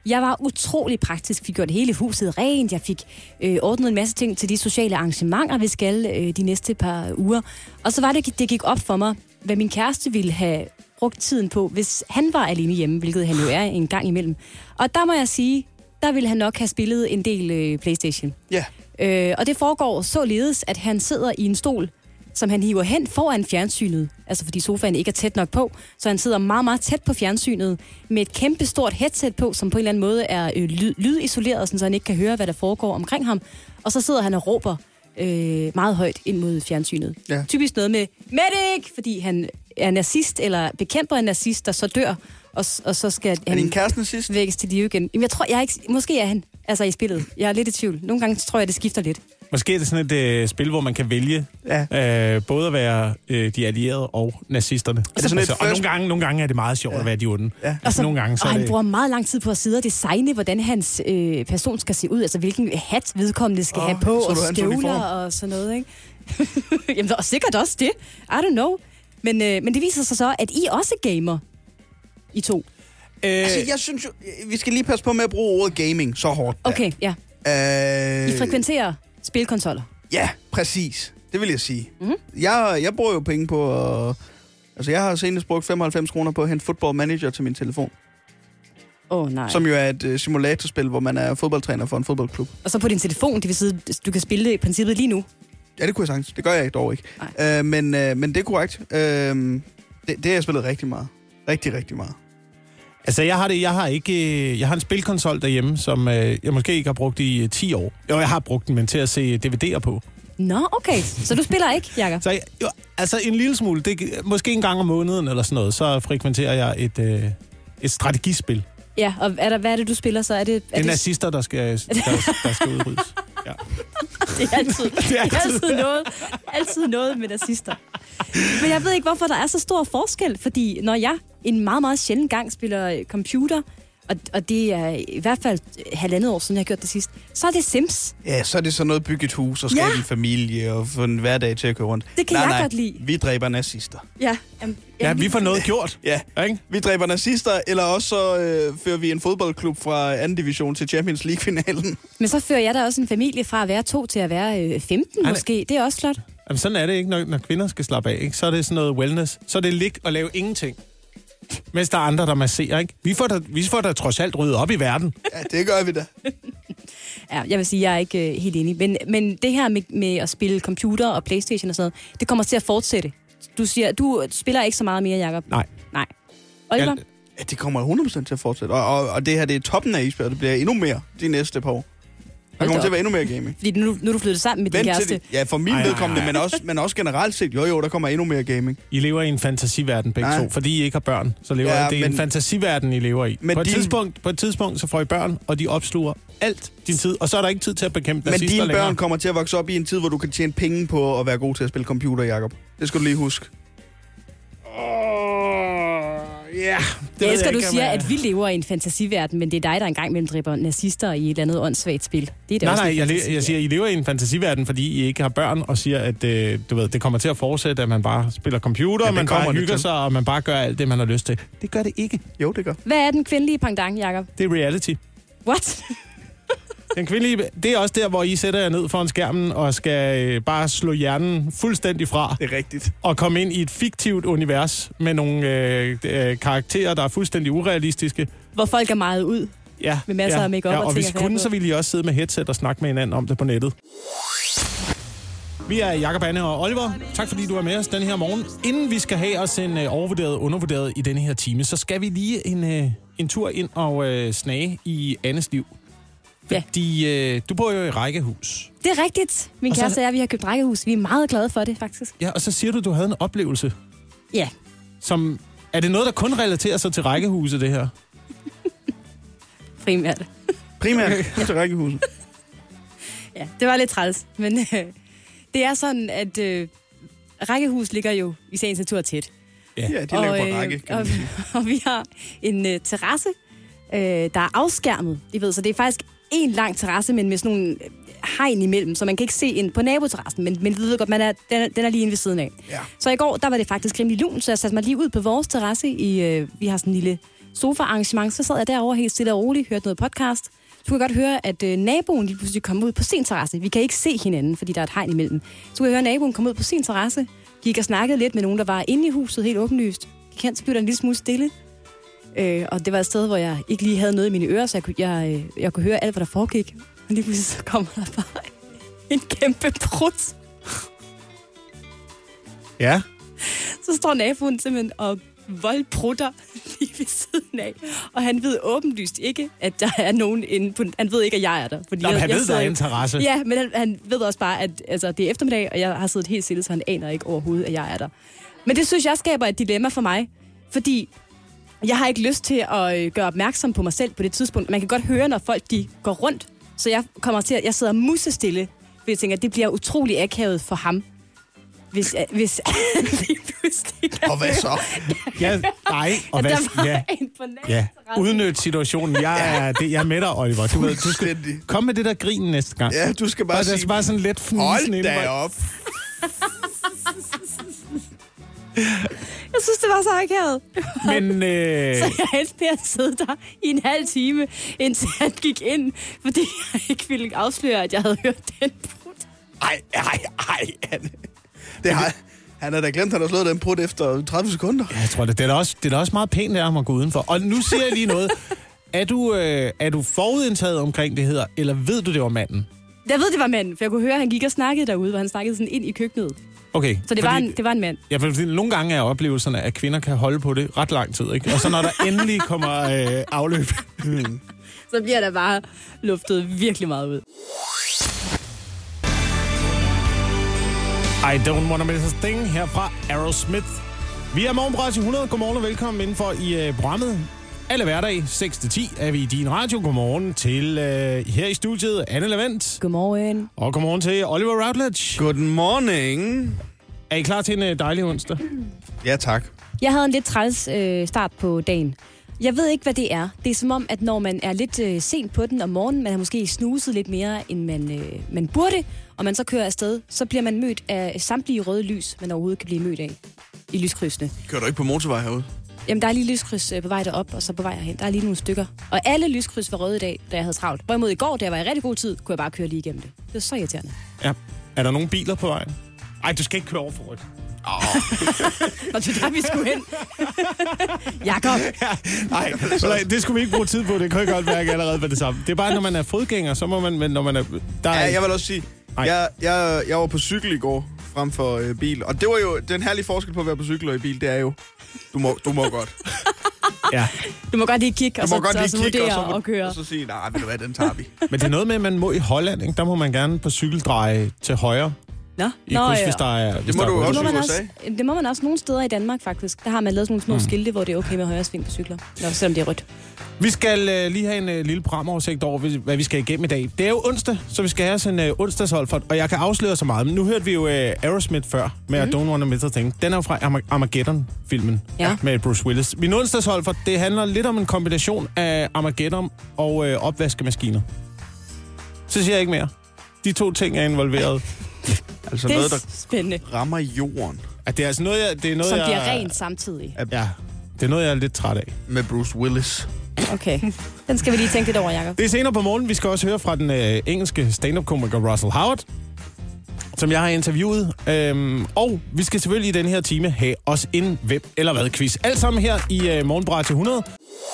Jeg var utrolig praktisk, fik gjort hele huset rent, jeg fik øh, ordnet en masse ting til de sociale arrangementer, vi skal øh, de næste par uger. Og så var det, det gik op for mig, hvad min kæreste ville have brugt tiden på, hvis han var alene hjemme, hvilket han jo er en gang imellem. Og der må jeg sige, der ville han nok have spillet en del øh, PlayStation. Ja. Øh, og det foregår således, at han sidder i en stol, som han hiver hen foran fjernsynet, altså fordi sofaen ikke er tæt nok på, så han sidder meget, meget tæt på fjernsynet med et kæmpe stort headset på, som på en eller anden måde er øh, lyd, lydisoleret, så han ikke kan høre, hvad der foregår omkring ham. Og så sidder han og råber øh, meget højt ind mod fjernsynet. Ja. Typisk noget med medic, fordi han er nazist, eller bekæmper en nazist, der så dør, og, og så skal Er han din kæreste nazist? vækkes til live igen. Jamen, jeg tror, jeg er ikke, måske er han altså i spillet. Jeg er lidt i tvivl. Nogle gange tror jeg, det skifter lidt. Måske er det sådan et øh, spil, hvor man kan vælge Ja. øh, både at være øh, de allierede og nazisterne. Er det sådan altså, et og first- nogle gange, nogle gange er det meget sjovt Ja. at være de onde. Ja. Altså, nogle gange så og er han det... bruger meget lang tid på at sidde og designe, hvordan hans øh, person skal se ud. Altså, hvilken hat vedkommende skal Åh, have på, så og du hans støvler uniform? og sådan noget, ikke? Jamen, og sikkert også det. I don't know. Men, øh, men det viser sig så, at I også gamer. I to. Øh, Altså, jeg synes jo, vi skal lige passe på med at bruge ordet gaming så hårdt. der. Okay, ja. Øh, I frekventerer spilkonsoller. Ja, præcis. Det vil jeg sige. Mhm. Mm-hmm. Jeg, jeg bruger jo penge på at... Altså, jeg har senest brugt femoghalvfems kroner på at hente Football Manager til min telefon. Åh, oh, nej. Som jo er et uh, simulatorspil, hvor man er fodboldtræner for en fodboldklub. Og så på din telefon, det vil sige, du kan spille det i princippet lige nu. Ja, det kunne jeg sagtens. Det gør jeg dog ikke. Uh, men, uh, men det er korrekt. Uh, det, det har jeg spillet rigtig meget. Rigtig, rigtig meget. Altså, jeg har det, jeg har ikke, øh, jeg har en spilkonsol derhjemme, som øh, jeg måske ikke har brugt i øh, ti år. Jo, jeg har brugt den, men til at se D V D'er på. Nå, okay. Så du spiller ikke, Jakob? Så jeg, jo, altså en lille smule, det, måske en gang om måneden eller sådan noget, så frekventerer jeg et, øh, et strategispil. Ja, og er der, hvad er det, du spiller så? Er det, er Det er det, nazister, der skal, der, der skal udryddes. Ja. det er altid, det er altid. altid, noget, altid noget med nazister. Men jeg ved ikke, hvorfor der er så stor forskel, fordi når jeg en meget, meget sjældent gang spiller computer, og, og det er i hvert fald halvandet år siden, jeg har gjort det sidst, så er det Sims. Ja, så er det sådan noget bygge et hus og skabe Ja. en familie og få en hverdag til at køre rundt. Det kan nej, jeg nej, godt lide. Vi dræber nazister. Ja, jamen, Ja, vi får noget gjort. Ja, Ikke? vi dræber nazister, eller også så øh, fører vi en fodboldklub fra anden division til Champions League-finalen. Men så fører jeg da også en familie fra at være to til at være øh, femten Ej, måske. Det er også flot. Jamen, sådan er det ikke, når, når kvinder skal slappe af. Ikke? Så er det sådan noget wellness. Så er det lig og lave ingenting. Mens der er andre, der masserer. Ikke? Vi får da, vi får da trods alt ryddet op i verden. Ja, det gør vi da. Ja, jeg vil sige, jeg er ikke øh, helt enig. Men, men det her med, med at spille computer og PlayStation og sådan noget, det kommer til at fortsætte. Du siger, du spiller ikke så meget mere, Jakob. Nej. Nej. Oliver? Jeg, Ja, det kommer hundrede procent til at fortsætte. Og, og, og det her, det er toppen af isbjerget. Det bliver endnu mere de næste par år. Der kommer til at være endnu mere gaming. Fordi nu, nu er du flyttet sammen med din Vent til kæreste. det. Ja, for min Ej, ej, vedkommende, ej. men også, men også generelt set. Jo, jo, der kommer endnu mere gaming. I lever i en fantasiverden begge Nej. to, fordi I ikke har børn. Så lever Ja, ja, det er men- en fantasiverden, I lever i. Men På et, din- tidspunkt, på et tidspunkt, så får I børn, og de opsluger alt din tid. Og så er der ikke tid til at bekæmpe Men nazister dine længere. børn kommer til at vokse op i en tid, hvor du kan tjene penge på at være god til at spille computer, Jakob. Det skal du lige huske. Ja, Jeg elsker, du siger, at vi lever i en fantasiverden, men det er dig, der engang mellem dræber nazister i et eller andet åndssvagt spil. Det er da Nej, også nej, en jeg, fantasi. le- jeg siger, I lever i en fantasiverden, fordi I ikke har børn, og siger, at øh, du ved, det kommer til at fortsætte, at man bare spiller computer, Ja, og det man kommer bare det hygger til. sig, og man bare gør alt det, man har lyst til. Det gør det ikke. Jo, det gør. Hvad er den kvindelige pendant, Jakob? Det er reality. What? Den kvindelige, det er også der, hvor I sætter jer ned foran skærmen og skal øh, bare slå hjernen fuldstændig fra Det er rigtigt. og komme ind i et fiktivt univers med nogle øh, øh, karakterer, der er fuldstændig urealistiske. Hvor folk er meget ud. Ja, Med masser ja, af make-up ja, og og ting hvis og I sager kunne, på. så ville I også sidde med headset og snakke med hinanden om det på nettet. Vi er Jakob, Anne og Oliver. Tak fordi du er med os denne her morgen. Inden vi skal have os en øh, overvurderet undervurderet i denne her time, så skal vi lige en, øh, en tur ind og øh, snage i Annes liv. Ja. Fordi øh, du bor jo i rækkehus. Det er rigtigt. Min Og så- kæreste og jeg, vi har købt rækkehus. Vi er meget glade for det, faktisk. Ja, og så siger du, at du havde en oplevelse. Ja. Som, er det noget, der kun relaterer sig til rækkehuset, det her? Primært. Primært til rækkehuset. Ja, det var lidt træls. Men øh, det er sådan, at øh, rækkehus ligger jo i sagens natur tæt. Ja, de ligger på øh, række, kan og, man sige. og vi har en øh, terrasse, øh, der er afskærmet. I ved, så det er faktisk en lang terrasse, men med sådan nogle øh, hegn imellem, så man kan ikke se ind på naboterrassen, men, men vi ved godt, man er, den, er, den er lige inde ved siden af. Ja. Så i går, der var det faktisk rimelig lun, så jeg satte mig lige ud på vores terrasse. I, øh, vi har sådan en lille sofa-arrangement, så sad jeg derovre helt stille og roligt, hørte noget podcast. Så kunne jeg godt høre, at øh, naboen lige pludselig kom ud på sin terrasse. Vi kan ikke se hinanden, fordi der er et hegn imellem. Så kunne jeg høre, at naboen kom ud på sin terrasse, gik og snakkede lidt med nogen, der var inde i huset, helt åbenlyst. Gik hen, så blev der en lille smule stille. Øh, og det var et sted, hvor jeg ikke lige havde noget i mine ører, så jeg kunne, jeg, øh, jeg kunne høre alt, hvad der foregik. Og lige pludselig så kommer der bare en kæmpe brud. Ja. Så står naboen simpelthen og voldprutter lige ved siden af. Og han ved åbenlyst ikke, at der er nogen inde på... Han ved ikke, at jeg er der. Fordi Nå, jeg, han jeg ved, der er en terrasse. Ja, men han, han ved også bare, at altså, det er eftermiddag, og jeg har siddet helt stille, så han aner ikke overhovedet, at jeg er der. Men det synes jeg skaber et dilemma for mig. Fordi jeg har ikke lyst til at gøre opmærksom på mig selv på det tidspunkt. Man kan godt høre, når folk de går rundt. Så jeg kommer til at... Jeg sidder musestille, fordi jeg tænker, at det bliver utrolig akavet for ham. Hvis, hvis lige pludselig kan Og hvad så? Ja, nej. Og hvad, der var ja, en på ja. Udnyt situationen. Jeg er, det, jeg er med dig, Oliver. Du, ved, du skal komme med det der grin næste gang. Ja, du skal bare bare, sige... sige... Bare sådan lidt fnisen. Hold da op. Jeg synes, det var så akavet. Men... Øh... Så jeg endte med at sidde der i en halv time, indtil han gik ind, fordi jeg ikke ville afsløre, at jeg havde hørt den brud. Ej, ej, ej. Han, det har, han har da glemt, at han har slået den brud efter tredive sekunder. Ja, jeg tror det. Det er da også, det er da også meget pænt af ham at gå udenfor. Og nu siger jeg lige noget. Er du, øh, er du forudindtaget omkring det her, eller ved du, det var manden? Jeg ved, det var manden, for jeg kunne høre, at han gik og snakkede derude, hvor han snakkede sådan ind i køkkenet. Okay. Så det, fordi, var, en, det var en mand. Ja, for nogle gange er oplevelserne, at kvinder kan holde på det ret lang tid, ikke? Og så når der endelig kommer øh, afløb, Hmm. Så bliver der bare luftet virkelig meget ud. I don't wanna miss a thing her fra Aerosmith. Vi er Morgen på Radio hundrede. Godmorgen og velkommen indenfor i uh, programmet. Alle hverdage, seks til ti, er vi i din radio. Godmorgen til uh, her i studiet, Anne Lavent. Godmorgen. Og godmorgen til Oliver Routledge. Good morning. Er I klar til en uh, dejlig onsdag? Ja, tak. Jeg havde en lidt træls øh, start på dagen. Jeg ved ikke, hvad det er. Det er som om, at når man er lidt øh, sent på den om morgenen, man har måske snuset lidt mere, end man, øh, man burde, og man så kører afsted, så bliver man mødt af samtlige røde lys, man overhovedet kan blive mødt af i lyskrydsene. Kører du ikke på motorvej herude? Jamen, der er lige lyskryds øh, på vej derop, og så på vej herhen. Der er lige nogle stykker. Og alle lyskryds var røde i dag, da jeg havde travlt. Hvorimod i går, da jeg var i rigtig god tid, kunne jeg bare køre lige igennem det. Det var så irriterende. Ja. Er der nogle biler på vejen? Ej, du skal ikke køre over for rødt. Oh. Og det er der, vi skulle hen. Jakob. Nej, det skulle vi ikke bruge tid på. Det kan jeg godt mærke allerede med det samme. Det er bare, når man er fodgænger, så må man... Men når man er, der er... Ja, jeg vil også sige, jeg, jeg, jeg var på cykel i går frem for øh, bil. Og det var jo den herlige forskel på at være på cykel og i bil, det er jo, du må, du må godt. Ja. Du må godt lige kigge, og Du må så, godt lige så kigge, og vurdere så, og køre. og så sige, nej, ved du hvad, den tager vi. Men det er noget med, at man må i Holland, ikke? Der må man gerne på cykel dreje til højre. Nå, I Nå kryds, ja. hvis der er... Hvis Det må der du er også Det må, i man U S A. også, det må man også nogle steder i Danmark, faktisk. Der har man lavet sådan nogle små mm. skilte, hvor det er okay med højre sving på cykler. Nå, selvom det er rødt. Vi skal uh, lige have en uh, lille programoversigt over, hvad vi skal igennem i dag. Det er jo onsdag, så vi skal have sådan en uh, onsdagshold for, og jeg kan afsløre så meget. Men nu hørte vi jo uh, Aerosmith før med mm. Don't Wanna Miss a Thing. Den er jo fra Armag- Armageddon-filmen Ja. med Bruce Willis. Min onsdagshold for, det handler lidt om en kombination af Armageddon og uh, opvaskemaskiner. Så siger jeg ikke mere. De to ting er involveret. Altså Det noget, er der spændende. rammer jorden At det er altså noget, jeg, det er noget, Som jeg... bliver rent samtidig. Ja, det er noget, jeg er lidt træt af. med Bruce Willis. Okay. Den skal vi lige tænke lidt over, Jacob. Det er senere på morgenen. Vi skal også høre fra den øh, engelske stand-up-komiker Russell Howard, som jeg har interviewet. Øhm, og vi skal selvfølgelig i den her time have os en hvem eller hvad quiz. Alt sammen her i øh, Morgen på Radio hundrede.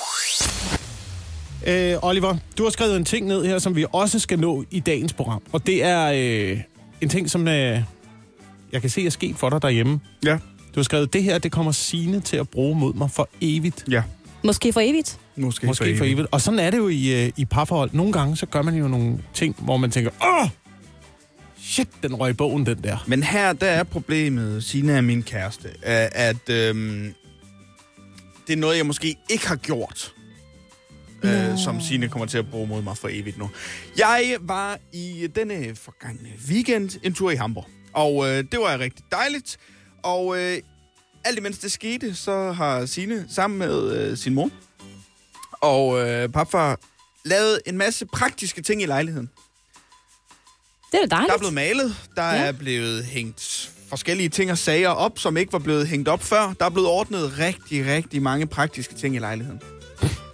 Øh, Oliver, du har skrevet en ting ned her, som vi også skal nå i dagens program. Og det er øh, en ting, som øh, jeg kan se er sket for dig derhjemme. Ja. Du har skrevet, det her, det kommer Signe til at bruge mod mig for evigt. Ja. Måske for evigt. Måske, Måske for evigt. Og sådan er det jo i, øh, i parforhold. Nogle gange, så gør man jo nogle ting, hvor man tænker, åh, shit, den røg i bogen, den der. Men her, der er problemet, Signe er min kæreste, at, at øhm, det er noget, jeg måske ikke har gjort, øh, som Signe kommer til at bruge mod mig for evigt nu. Jeg var i denne forgangne weekend en tur i Hamburg, og øh, det var rigtig dejligt. Og øh, alt imens det skete, så har Signe sammen med øh, sin mor og øh, papfar lavet en masse praktiske ting i lejligheden. Det er da dejligt. Der er blevet malet, der Ja. er blevet hængt forskellige ting og sager op, som ikke var blevet hængt op før. Der er blevet ordnet rigtig, rigtig mange praktiske ting i lejligheden.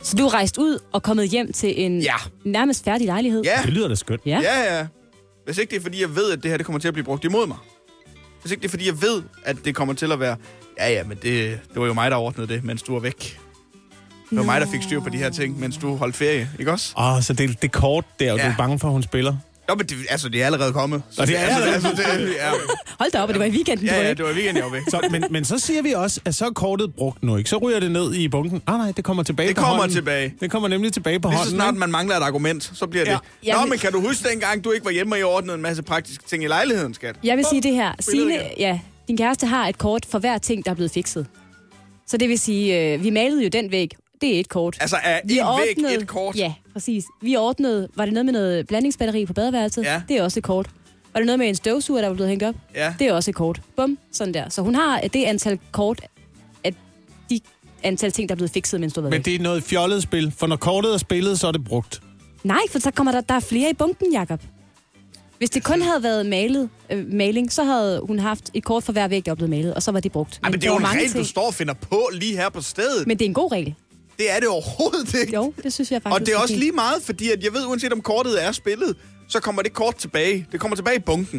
Så du er rejst ud og kommet hjem til en Ja. nærmest færdig lejlighed? Ja. Det lyder da skønt. Ja. Ja, ja. Hvis ikke det er, fordi jeg ved, at det her det kommer til at blive brugt imod mig. Hvis ikke det er, fordi jeg ved, at det kommer til at være... Ja, ja, men det, det var jo mig, der ordnede det, mens du var væk. Det var mig, der fik styr på de her ting, mens du holdt ferie, ikke også? Åh, så det, det kort der, og Ja. du er bange for, at hun spiller. Nå, men det, altså, det er allerede kommet. Så Og det er altså, allerede altså, det, ja. Hold da op, og det var i weekenden, du Ja, var ja, væk. det var weekend, jeg var væk. Så, men, men så siger vi også, at så er kortet brugt nu, ikke? Så ryger det ned i bunken. Ah nej, det kommer tilbage Det på kommer hånden. tilbage. Det kommer nemlig tilbage på Lige så hånden. snart ikke? man mangler et argument, så bliver det... Ja. Ja. Nå, Jamen- men kan du huske dengang, du ikke var hjemme og I ordnede en masse praktiske ting i lejligheden, skat? Jeg vil sige det her. Billedet Signe, ja, din kæreste har et kort for hver ting, der er blevet fikset. Så det vil sige, øh, vi malede jo den væg. Det er et kort. Altså, er Vi en væg et kort? Ja, præcis. Vi ordnede, var det noget med noget blandingsbatteri på badeværelset? Ja. Det er også et kort. Var det noget med en støvsuger, der var blevet hængt op? Ja. Det er også et kort. Bum, sådan der. Så hun har det antal kort, at de antal ting, der er blevet fikset, mens du var Men væk. det er noget fjollet spil, for når kortet er spillet, så er det brugt. Nej, for så kommer der, der er flere i bunken, Jakob. Hvis det kun havde været malet, øh, maling, så havde hun haft et kort for hver væg, der var blevet malet, og så var de brugt. Ej, men det er der jo var en mange regel, du ting. står og finder på lige her på stedet. Men det er en god regel. Det er det overhovedet ikke. Jo, det synes jeg faktisk. Og det er også fint. lige meget, fordi at jeg ved, uanset om kortet er spillet, så kommer det kort tilbage. Det kommer tilbage i bunken.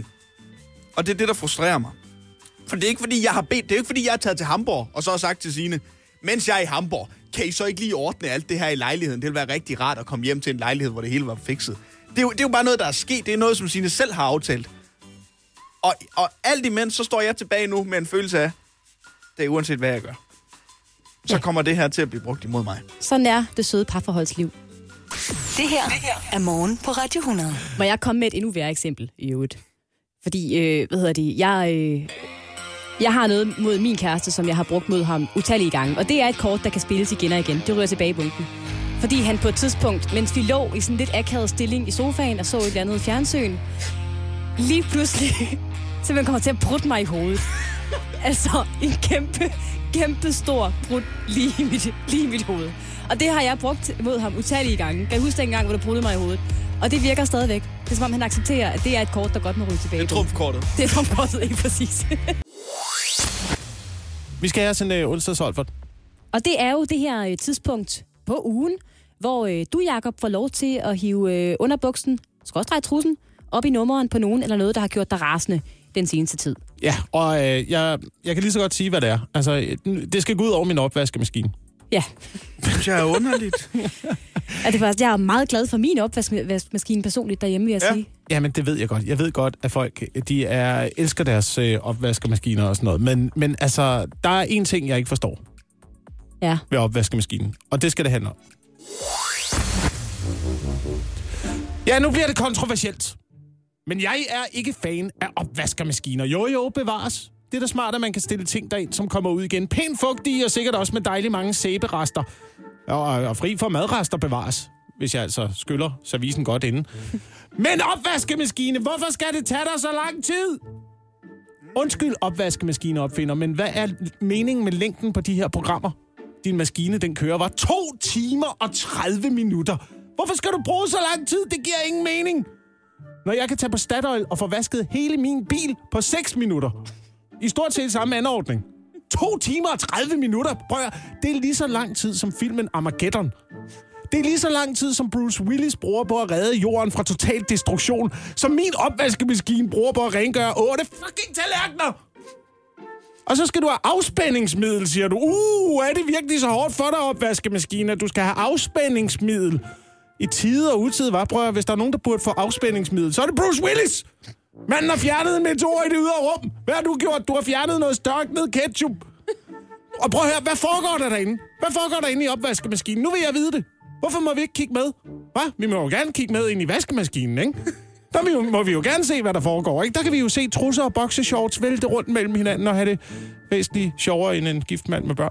Og det er det, der frustrerer mig. For det er ikke, fordi jeg har bedt, det er ikke, fordi jeg er taget til Hamburg, og så har sagt til Signe, mens jeg er i Hamburg, kan I så ikke lige ordne alt det her i lejligheden? Det vil være rigtig rart at komme hjem til en lejlighed, hvor det hele var fikset. Det er jo, det er jo bare noget, der er sket. Det er noget, som Signe selv har aftalt. Og, og alt imens, så står jeg tilbage nu med en følelse af, det er uanset hvad jeg gør. Så Ja. kommer det her til at blive brugt imod mig. Sådan er det søde parforholdsliv. Det her er morgen på Radio hundrede. Må jeg komme med et endnu værre eksempel i øvrigt? Fordi, øh, hvad hedder det, jeg, øh, jeg har noget mod min kæreste, som jeg har brugt mod ham utallige gange. Og det er et kort, der kan spilles igen og igen. Det ryger tilbage i bunken. Fordi han på et tidspunkt, mens vi lå i sådan en lidt akavet stilling i sofaen og så et eller andet fjernsyn, lige pludselig simpelthen kommer til at prutte mig i hovedet. Altså en kæmpe, kæmpe stor prut lige i mit, lige i mit hoved. Og det har jeg brugt mod ham utallige gange. Kan jeg huske dengang, hvor du pruttede mig i hovedet? Og det virker stadigvæk. Det er som om, han accepterer, at det er et kort, der godt må ryge tilbage. Det er trumfkortet. Det er trumfkortet, ikke præcis. Vi skal have sådan en uh, onsdagsolfert. Og det er jo det her øh, tidspunkt på ugen, hvor øh, du, Jakob, får lov til at hive øh, underbuksen, skråstreg trussen, op i nummeren på nogen eller noget, der har gjort dig rasende den seneste tid. Ja, og øh, jeg, jeg kan lige så godt sige, hvad det er. Altså, det skal gå ud over min opvaskemaskine. Ja, Det synes jeg er underligt. er det faktisk, jeg er meget glad for min opvaskemaskine personligt derhjemme, vil jeg Ja. sige. Jamen, det ved jeg godt. Jeg ved godt, at folk de er, elsker deres øh, opvaskemaskiner og sådan noget. Men, men altså, der er en ting, jeg ikke forstår Ja. ved opvaskemaskinen. Og det skal det handle om. Ja, nu bliver det kontroversielt. Men jeg er ikke fan af opvaskemaskiner. Jo, jo, bevares. Det er da smart, at man kan stille ting derind, som kommer ud igen. Pænt fugtige og sikkert også med dejligt mange sæberester. Og, og fri for madrester bevares, hvis jeg altså skyller servicen godt inde. Men opvaskemaskine, hvorfor skal det tage dig så lang tid? Undskyld opvaskemaskineopfinder, men hvad er meningen med længden på de her programmer? Din maskine, den kører, var to timer og tredive minutter. Hvorfor skal du bruge så lang tid? Det giver ingen mening. Når jeg kan tage på Statoil og få vasket hele min bil på seks minutter. I stort set samme anordning. To timer og tredive minutter. Prøv at, det er lige så lang tid som filmen Armageddon. Det er lige så lang tid, som Bruce Willis bruger på at redde jorden fra total destruktion, som min opvaskemaskine bruger på at rengøre otte fucking tallerkener. Og så skal du have afspændingsmiddel, siger du. Uh, er det virkelig så hårdt for dig, opvaskemaskine, at du skal have afspændingsmiddel? I tide og utide, var prøv at, hvis der er nogen, der burde få afspændingsmiddel, så er det Bruce Willis! Manden har fjernet en meteor i det ydre rum. Hvad har du gjort? Du har fjernet noget størknet ketchup. Og prøv at høre, hvad foregår der derinde? Hvad foregår der inde i opvaskemaskinen? Nu vil jeg vide det. Hvorfor må vi ikke kigge med? Hvad? Vi må jo gerne kigge med ind i vaskemaskinen, ikke? Der må vi, jo, må vi jo gerne se, hvad der foregår, ikke? Der kan vi jo se trusser og boxershorts vælte rundt mellem hinanden og have det væsentligt sjovere end en gift mand med børn.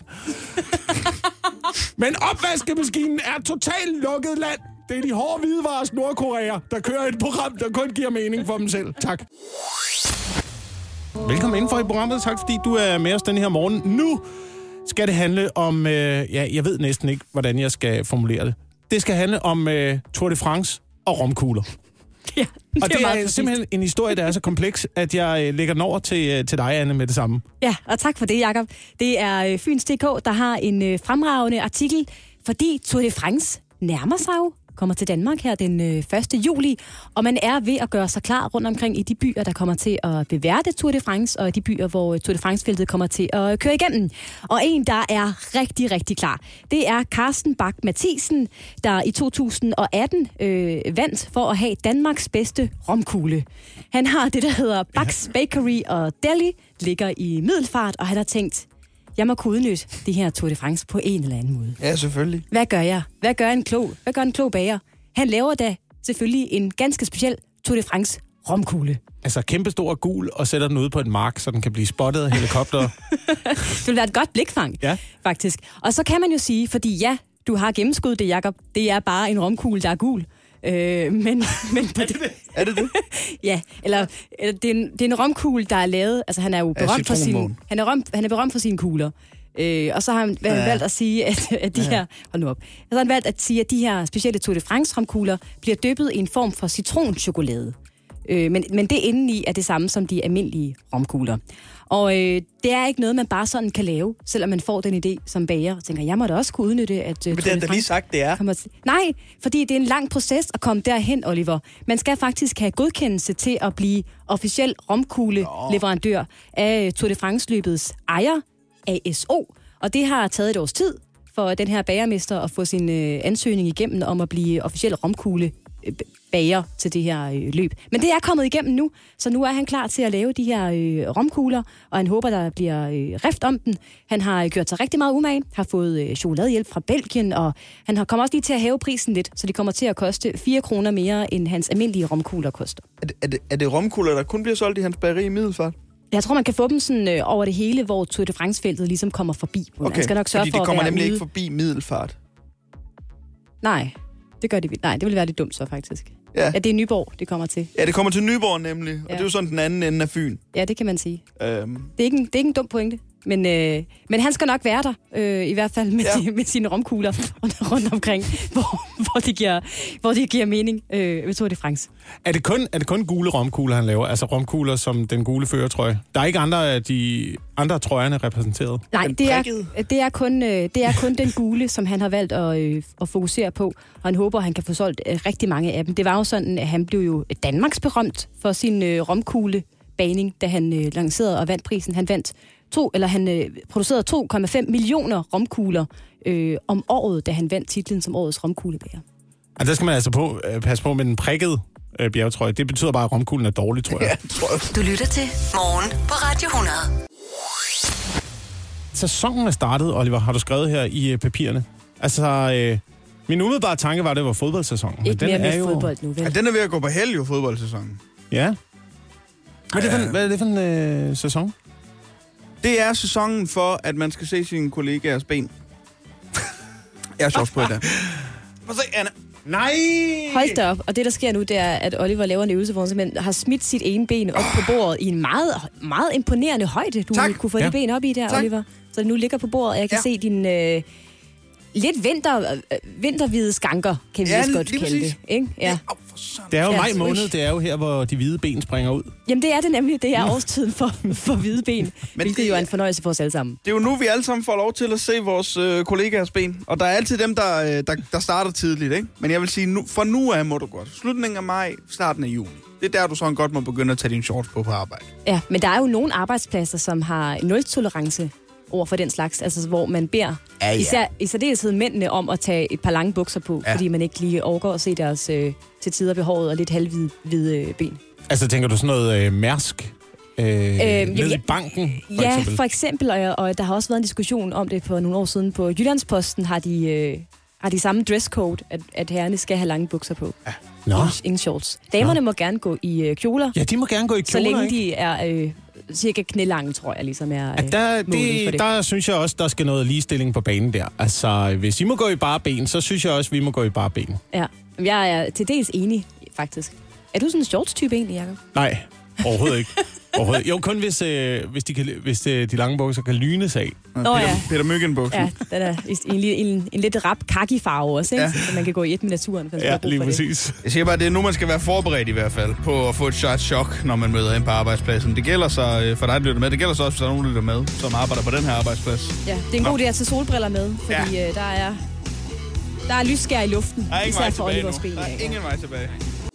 Men opvaskemaskinen er totalt lukket land. Det er de hårde hvidevares Nordkorea, der kører et program, der kun giver mening for dem selv. Tak. Velkommen indenfor i programmet. Tak, fordi du er med os den her morgen. Nu skal det handle om... Øh, ja, jeg ved næsten ikke, hvordan jeg skal formulere det. Det skal handle om øh, Tour de France og romkugler. Ja, det Og det er, meget er præcist. simpelthen en historie, der er så kompleks, at jeg øh, lægger den over til, øh, til dig, Anne, med det samme. Ja, og tak for det, Jakob. Det er øh, Fyns punktum d k, der har en øh, fremragende artikel fordi Tour de France nærmer sig jo, kommer til Danmark her den øh, første juli, og man er ved at gøre sig klar rundt omkring i de byer, der kommer til at beværte Tour de France, og de byer, hvor Tour de France-feltet kommer til at køre igennem. Og en, der er rigtig, rigtig klar, det er Carsten Bach Mathisen, der i to tusind og atten øh, vandt for at have Danmarks bedste romkugle. Han har det, der hedder Bach's Bakery og Deli, ligger i Middelfart, og han har tænkt, jeg må kunne udnytte det her Tour de France på en eller anden måde. Ja, selvfølgelig. Hvad gør jeg? Hvad gør en klog? Hvad gør en klog bager? Han laver da selvfølgelig en ganske speciel Tour de France romkugle. Altså kæmpestor og gul, og sætter den ude på en mark, så den kan blive spottet af helikopter. Det vil være et godt blikfang, ja. faktisk. Og så kan man jo sige, fordi ja, du har gennemskuddet det, Jacob. Det er bare en romkugle, der er gul. Øh, men, men er, det det? er det det? Ja, eller, eller det, er en, det er en romkugle, der er lavet. Altså han er jo berømt for sine, han er, rom, han er berømt for sine kugler. Øh, og så har han, ja. han valgt at sige, at, at de ja. her, hold nu op. Så har han valgt at sige, at de her specielle Tour de France romkugler bliver dyppet i en form for citronchokolade. Øh, men, men det indeni er det samme som de almindelige romkugler. Og øh, det er ikke noget, man bare sådan kan lave, selvom man får den idé som bager og tænker, jeg må da også kunne udnytte, at... Øh, Men det har da lige sagt, det er. Til... Nej, fordi det er en lang proces at komme derhen, Oliver. Man skal faktisk have godkendelse til at blive officiel romkugle-leverandør af Tour de France-løbets ejer, A S O. Og det har taget et års tid for den her bagermester at få sin øh, ansøgning igennem om at blive officiel romkugle bager til det her øh, løb. Men det er kommet igennem nu, så nu er han klar til at lave de her øh, romkugler, og han håber, der bliver øh, rift om den. Han har gjort sig rigtig meget umage, har fået øh, chokoladehjælp fra Belgien, og han har kommer også lige til at hæve prisen lidt, så det kommer til at koste fire kroner mere, end hans almindelige romkugler koster. Er det, er det, er det romkugler, der kun bliver solgt i hans bageri i Middelfart? Jeg tror, man kan få dem sådan øh, over det hele, hvor Tour de France-feltet ligesom kommer forbi. Okay, han skal nok sørge fordi for de kommer at nemlig ude. ikke forbi Middelfart. Nej, det gør de. Nej, det ville være lidt dumt så, faktisk. Ja. Ja, det er Nyborg, det kommer til. Ja, det kommer til Nyborg nemlig, og ja. det er jo sådan den anden ende af Fyn. Ja, det kan man sige. Øhm. Det, er ikke en, det er ikke en dum pointe, men, øh, men han skal nok være der, øh, i hvert fald med, ja. de, med sine romkugler rundt, rundt omkring, hvor, hvor, det giver, hvor det giver mening øh, ved Tour de France. Er det, kun, er det kun gule romkugler, han laver? Altså romkugler som den gule førertrøje? Der er ikke andre af de andre trøjerne repræsenteret? Nej, det er, det, er kun, øh, det er kun den gule, som han har valgt at, øh, at fokusere på, og han håber, at han kan få solgt øh, rigtig mange af dem. Det var jo sådan, at han blev jo Danmarks berømt for sin øh, romkuglebaning, da han øh, lancerede og vandt prisen. Han vandt to, eller han øh, producerede to komma fem millioner romkugler øh, om året, da han vandt titlen som årets romkuglebager. Og der skal man altså på, øh, passe på med den prikkede øh, bjergetrøje. Det betyder bare, at romkuglen er dårlig, tror jeg. Ja, tror jeg. Du lytter til Morgen på Radio hundrede. Sæsonen er startet, Oliver, har du skrevet her i øh, papirerne. Altså, øh, min umiddelbare tanke var, at det var fodboldsæsonen. Ikke men mere den med er jo... fodbold nu, vel? Ja, den er ved at gå på held jo, fodboldsæsonen. Ja. Hvad er det for, hvad er det for en øh, sæson? Det er sæsonen for, at man skal se sine kollegaers ben. Jeg er sjovt på det der. Prøv at se, Anna. Nej! Hold da op. Og det, der sker nu, det er, at Oliver laver en øvelse, hvor han simpelthen har smidt sit ene ben op på bordet i en meget, meget imponerende højde. Du tak. kunne få ja. de ben op i der, tak. Oliver. Så det nu ligger på bordet, og jeg kan ja. se din... Øh, lidt vinter, øh, vinterhvide skanker, kan vi ja, godt kalde præcis. det. Ikke? Ja. Ja. Det er jo ja, maj måned, det er jo her, hvor de hvide ben springer ud. Jamen det er det nemlig, det er årstiden for, for hvide ben, men hvilket det, jo er en fornøjelse for os alle sammen. Det er jo nu, vi alle sammen får lov til at se vores øh, kollegaers ben, og der er altid dem, der, øh, der, der starter tidligt, ikke? Men jeg vil sige, nu, for nu af må du godt. Slutningen af maj, starten af juni. Det er der, du sådan godt må begynde at tage dine shorts på på arbejde. Ja, men der er jo nogle arbejdspladser, som har nul-tolerance over for den slags, altså hvor man beder ja, ja. især i særdeleshed mændene om at tage et par lange bukser på, ja. fordi man ikke lige overgår at se deres øh, til tider behåret og lidt halvhvide hvide ben. Altså tænker du sådan noget øh, Mærsk? Øh, øh, ned i banken, for ja, eksempel? for eksempel, og, og der har også været en diskussion om det for nogle år siden. På Jyllandsposten har de, øh, har de samme dresscode, at, at herrerne skal have lange bukser på. Ja. Nå. Ingen, ingen shorts. Damerne Nå. må gerne gå i øh, kjoler. Ja, de må gerne gå i kjoler, så længe ikke? de er øh, cirka knælange, tror jeg, ligesom er øh, ja, der, det, for det. Der synes jeg også, der skal noget ligestilling på banen der. Altså, hvis I må gå i bare ben, så synes jeg også, vi må gå i bare ben. Ja, jeg er til dels enig, faktisk. Er du sådan en shorts-type egentlig, Jacob? Nej, overhovedet ikke. Overhovedet. Jo, kun hvis, øh, hvis, de, kan, hvis øh, de lange bukser kan lynes af. Nå, Peter, ja. Peter Myggen-buksen. Ja, den er en, en, en, en lidt rap kaki-farve også, ikke? Ja. Så man kan gå i et med naturen. Ja, lige præcis. Jeg siger bare, at det er nu, man skal være forberedt i hvert fald på at få et shot chok, når man møder ind på arbejdspladsen. Det gælder så for dig, der lytter med. Det gælder så også, hvis der er nogen, der lytter med, som arbejder på den her arbejdsplads. Ja, det er en god idé at tage solbriller med, fordi ja. øh, der er Der er lysskær i luften. Der er ingen især vej for tilbage Olivers nu. ben. Der er ingen vej tilbage.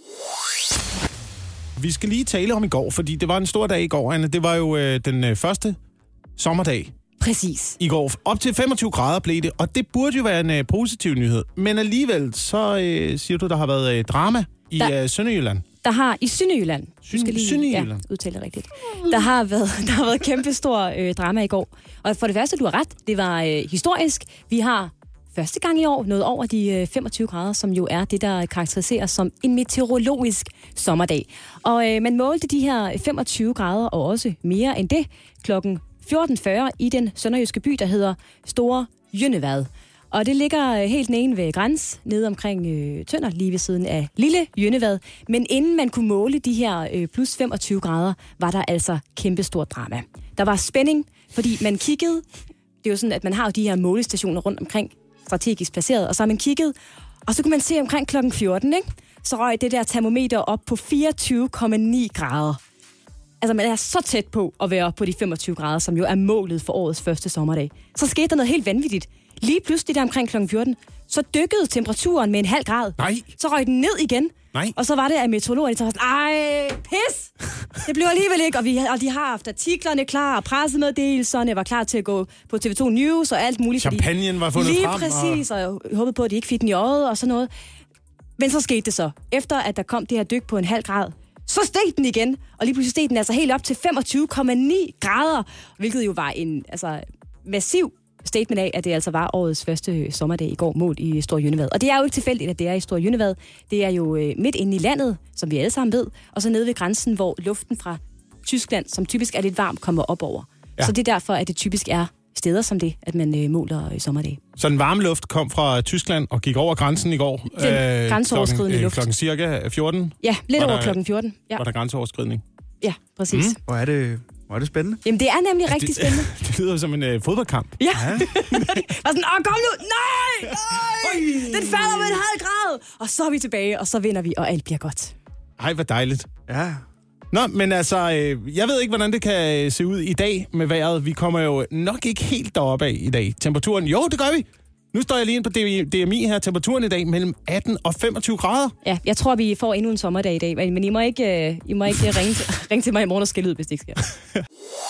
Vi skal lige tale om i går, fordi det var en stor dag i går, Anne. Det var jo øh, den øh, første sommerdag Præcis. i går. Op til femogtyve grader blev det, og det burde jo være en øh, positiv nyhed. Men alligevel, så øh, siger du, der har været øh, drama i Der- øh, Sønderjylland. Der har i Sønderjylland, Syn- du skal lige Sønderjylland. ja, udtale det rigtigt, der har været, der har været kæmpe stor øh, drama i går. Og for det første, du har ret, det var øh, historisk. Vi har første gang i år nået over de øh, femogtyve grader, som jo er det, der karakteriseres som en meteorologisk sommerdag. Og øh, man målte de her femogtyve grader, og også mere end det, klokken fjorten fyrre i den sønderjyske by, der hedder Store Jønnevad. Og det ligger øh, helt nede ved Græns, nede omkring øh, Tønder, lige ved siden af Lille Jønnevad. Men inden man kunne måle de her øh, plus femogtyve grader, var der altså kæmpestort drama. Der var spænding, fordi man kiggede. Det er jo sådan, at man har jo de her målestationer rundt omkring, strategisk placeret, og så har man kigget, og så kunne man se omkring klokken fjorten, ikke? Så røg det der termometer op på fireogtyve komma ni grader. Altså, man er så tæt på at være oppe på de femogtyve grader, som jo er målet for årets første sommerdag. Så skete der noget helt vanvittigt. Lige pludselig der omkring klokken fjorten, så dykkede temperaturen med en halv grad. Nej. Så røg den ned igen. Nej. Og så var det, at meteorologerne så var sådan, ej, pis! Det blev alligevel ikke, og, vi, og de har haft artiklerne klar, og pressemeddelelserne var klar til at gå på T V to News og alt muligt. fordi- Champagnen var fundet Lige frem. præcis, og jeg håbede på, at de ikke fik den i øjet og sådan noget. Men så skete det så. Efter at der kom det her dyk på en halv grad, så steg den igen, og lige pludselig steg den altså helt op til femogtyve komma ni grader, hvilket jo var en altså, massiv statement af, at det altså var årets første sommerdag i går målt i Store Jønnevad. Og det er jo ikke tilfældigt, at det er i Store Jønnevad. Det er jo øh, midt inde i landet, som vi alle sammen ved, og så nede ved grænsen, hvor luften fra Tyskland, som typisk er lidt varmt, kommer op over. Ja. Så det er derfor, at det typisk er steder som det, at man øh, måler i sommerdag. Så den varme luft kom fra Tyskland og gik over grænsen i går. Den grænseoverskridende klokken, luft. Klokken cirka fjorten Ja, lidt Var over der- klokken fjorten. Ja, var der grænseoverskridning. ja præcis. Mm. Hvor er det, hvor er det spændende. Jamen, det er nemlig rigtig det, spændende. Det lyder som en øh, fodboldkamp. Ja. Og sådan, åh, kom nu! Nej! Nej! Den falder med en halv grad! Og så er vi tilbage, og så vinder vi, og alt bliver godt. Ej, hvor dejligt. Ja. Nå, men altså, øh, jeg ved ikke, hvordan det kan øh, se ud i dag med vejret. Vi kommer jo nok ikke helt deroppe af i dag. Temperaturen, jo, det gør vi. Nu står jeg lige ind på D M I her. Temperaturen i dag mellem atten og femogtyve grader. Ja, jeg tror, vi får endnu en sommerdag i dag, men I må ikke, øh, I må ikke ringe, til, ringe til mig i morgen og skælde ud, hvis det ikke sker.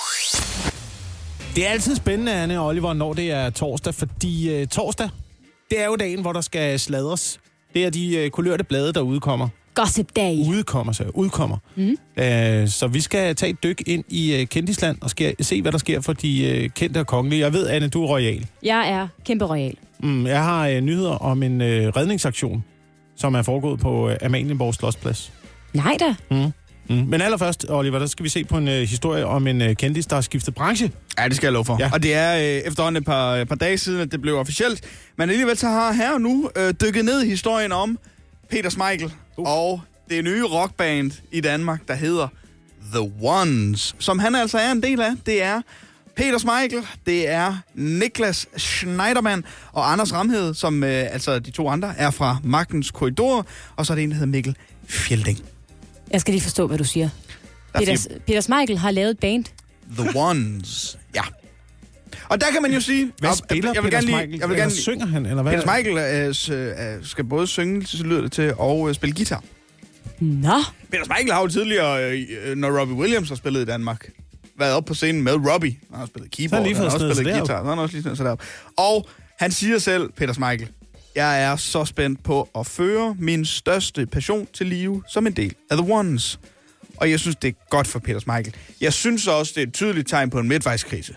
Det er altid spændende, Anne og Oliver, når det er torsdag, fordi øh, torsdag, det er jo dagen, hvor der skal sladres. Det er de øh, kulørte blade, der udkommer. Gossip Day. Udkommer, så udkommer. Mm. Øh, så vi skal tage et dyk ind i øh, kendisland og skal se, hvad der sker for de øh, kendte og kongelige. Jeg ved, Anne, du er royal. Jeg er kæmpe royal. Mm, jeg har øh, nyheder om en øh, redningsaktion, som er foregået på øh, Amalienborg Slotsplads. Nej da. Mm. Mm. Men allerførst, Oliver, der skal vi se på en øh, historie om en øh, kendis, der har skiftet branche. Ja, det skal jeg love for. Ja. Ja. Og det er øh, efterhånden et par, et par dage siden, at det blev officielt. Men alligevel så har her nu øh, dykket ned i historien om Peter Smeichel uh. og det nye rockband i Danmark, der hedder The Ones, som han altså er en del af. Det er Peter Smeichel, det er Niklas Schneiderman og Anders Ramhed, som øh, altså de to andre er fra Magtens Korridor, og så er det en, der hedder Mikkel Fjelding. Jeg skal lige forstå, hvad du siger. Der Peter, siger- Peter Smeichel har lavet et band. The Ones, ja. Og der kan man jo sige... Hvad og- spiller jeg vil Peter gerne lige- Smeichel? Jeg vil Eller gerne, synger han, eller hvad? Peter Smeichel øh, s- øh, skal både synge, så lyder det til, og øh, spille guitar. Nå, Peter Smeichel har jo tidligere, øh, når Robbie Williams har spillet i Danmark, været oppe på scenen med Robbie. Han har spillet keyboard, Så har han lige han har fået også snedet spillet sig guitar, så han har også lige snedet sig derop. Og han siger selv, Peter Smeichel, jeg er så spændt på at føre min største passion til live som en del af The Ones. Og jeg synes, det er godt for Peter Smeichel. Jeg synes også, det er et tydeligt tegn på en midtvejskrise.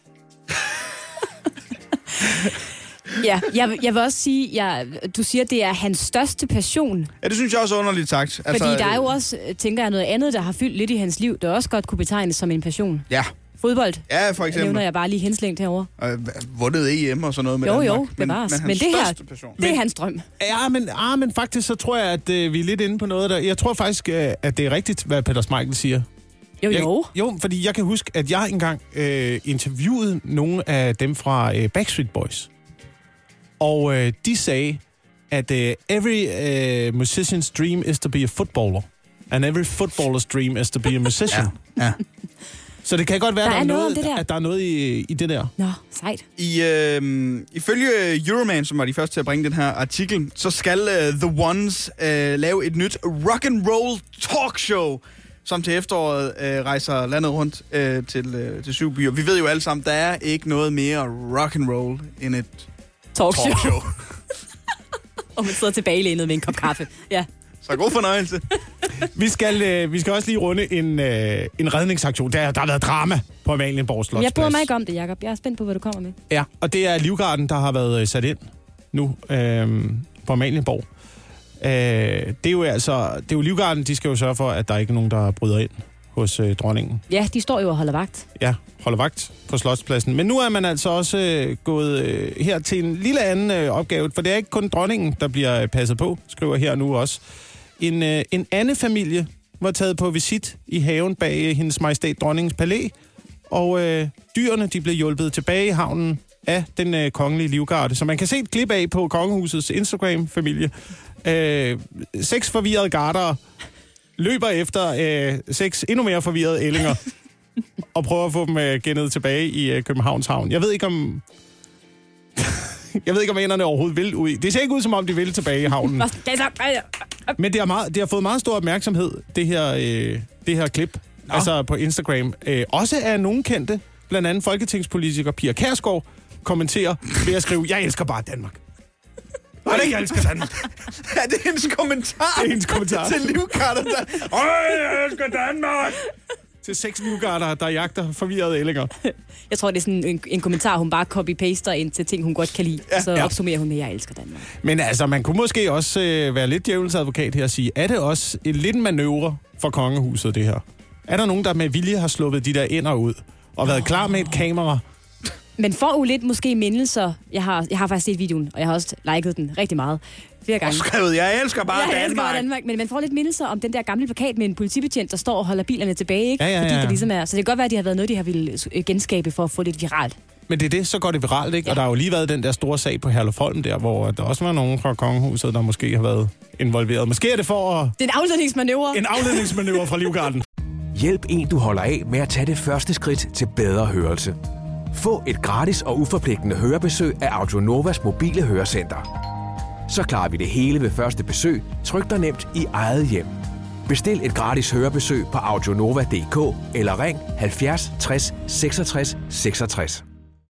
ja, jeg, vil- jeg vil også sige, jeg, du siger, det er hans største passion. Ja, det synes jeg også er underligt sagt. Fordi altså, der er jo også, tænker jeg, noget andet, der har fyldt lidt i hans liv, der også godt kunne betegnes som en passion. Ja, Fodbold. ja for Jeg eksempel. nævner jeg bare lige henslængt herovre. Øh, vundet E M og sådan noget med Jo, Danmark. jo, bevares. Men, Men, men, det her, største passion. det er hans drøm. Ja, men, ah, men faktisk så tror jeg, at øh, vi er lidt inde på noget der. Jeg tror faktisk, øh, at det er rigtigt, hvad Peter Smeichel siger. Jo, Jeg, jo. jo, fordi jeg kan huske, at jeg engang øh, interviewede nogle af dem fra øh, Backstreet Boys. Og øh, de sagde, at øh, every øh, musician's dream is to be a footballer. And every footballer's dream is to be a musician. Ja, ja. Så det kan godt være, Der der er er noget noget, om det der. at der er noget i, i det der. Nå, sejt. I, øh, ifølge Euroman, som var de første til at bringe den her artikel, så skal uh, The Ones uh, lave et nyt rock and roll talkshow, som til efteråret uh, rejser landet rundt uh, til, uh, til syv byer. Vi ved jo alle sammen, der er ikke noget mere rock and roll end et Talkshow. talkshow. Og man sidder tilbagelænet med en kop kaffe. Ja. Så god fornøjelse. Vi skal, øh, vi skal også lige runde en, øh, en redningsaktion. Der, der har været drama på Amalienborg Slotsplads. Jeg bryder mig ikke om det, Jacob. Jeg er spændt på, hvad du kommer med. Ja, og det er Livgarden, der har været øh, sat ind nu øh, på Amalienborg. Øh, det er jo altså, det er jo Livgarden, de skal jo sørge for, at der ikke er nogen, der bryder ind hos øh, dronningen. Ja, de står jo og holder vagt. Ja, holder vagt på Slotspladsen. Men nu er man altså også øh, gået øh, her til en lille anden øh, opgave, for det er ikke kun dronningen, der bliver øh, passet på, skriver her nu også. En, øh, en anden familie var taget på visit i haven bag øh, hendes majestæt dronningens palæ, og øh, dyrene de blev hjulpet tilbage i havnen af den øh, kongelige livgarde, så man kan se et klip af på kongehusets Instagram-familie. Øh, seks forvirrede gardere løber efter øh, seks endnu mere forvirrede ællinger og prøver at få dem øh, gennet tilbage i øh, Københavns Havn. Jeg ved ikke om... Jeg ved ikke, om enderne overhovedet vil ud i. Det ser ikke ud, som om de vil tilbage i havnen. Men det har, meget, det har fået meget stor opmærksomhed, det her, øh, det her klip. Nå. Altså på Instagram. Øh, også af nogen kendte, blandt andet folketingspolitiker Pia Kjærsgaard, kommenterer ved at skrive, jeg elsker bare Danmark. Og det jeg elsker Danmark. Ja, det er hendes kommentar. Det er hendes kommentar. Til livgarden. Øj, jeg elsker Danmark! Til seks livgarder, der jagter forvirrede ællinger. Jeg tror, det er sådan en, en kommentar, hun bare copy-paster ind til ting, hun godt kan lide. Ja, så ja. opsummerer hun med, jeg elsker Danmark. Men altså, man kunne måske også øh, være lidt djævelens advokat her og sige, er det også en lidt manøvre for kongehuset, det her? Er der nogen, der med vilje har sluppet de der ender ud og været klar med et kamera? Men får jo lidt måske mindelser. Jeg har, jeg har faktisk set videoen, og jeg har også liket den rigtig meget. Flere gange. Og skrevet, jeg elsker bare jeg Danmark. elsker bare Danmark. Men man får lidt mindelser om den der gamle plakat med en politibetjent, der står og holder bilerne tilbage, ikke? Ja, ja, ja. Fordi det ligesom er. Så det kan godt være, at de har været noget, de har ville genskabe for at få lidt viralt. Men det er det, så går det viralt, ikke? Ja. Og der har jo lige været den der store sag på Herlufholm der, hvor der også var nogen fra kongehuset, der måske har været involveret. Måske er det for at... Det er en afledningsmanøvre. En afledningsmanøvre fra Livgarden. Hjælp en, du holder af med at tage det første skridt til bedre hørelse. Få et gratis og uforpligtende hørebesøg af Audionovas mobile hørecenter. Så klarer vi det hele ved første besøg, tryk dig nemt i eget hjem. Bestil et gratis hørebesøg på audionova punktum d k eller ring halvfjerds tres seksogtres seksogtres.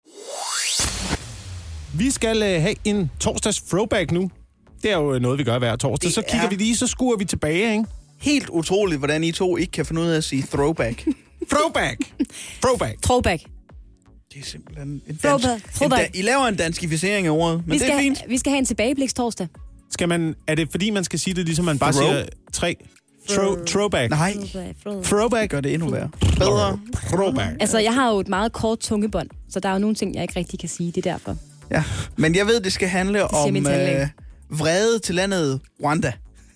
Vi skal uh, have en torsdags throwback nu. Det er jo noget, vi gør hver torsdag. Det så kigger er... vi lige, så skuer vi tilbage, ikke? Helt utroligt, hvordan I to ikke kan finde ud af at sige throwback. Throwback! Throwback! Throwback. Det er simpelthen en dansk... Throwback. Throwback. En da... I laver en danskificering af ordet, men vi det skal, er fint. Vi skal have en tilbagebliks torsdag. Skal man... Er det fordi, man skal sige det, ligesom man bare Throw? siger tre... Throw, throwback. Nej, Throwback. gør det endnu værre. Bedre. Throwback. Altså, jeg har jo et meget kort tungebånd, så der er jo nogle ting, jeg ikke rigtig kan sige. Det er derfor. Ja, men jeg ved, det skal handle siger om min tandlæge. øh, vrede til landet Rwanda.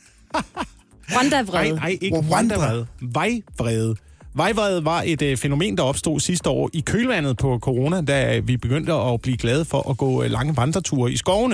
Rwanda-vrede. Nej, nej, ikke Rwanda. Rwanda-vrede. Vejvrede. Vejvrede var et øh, fænomen, der opstod sidste år i kølvandet på corona, da vi begyndte at blive glade for at gå øh, lange vandreture i skovene.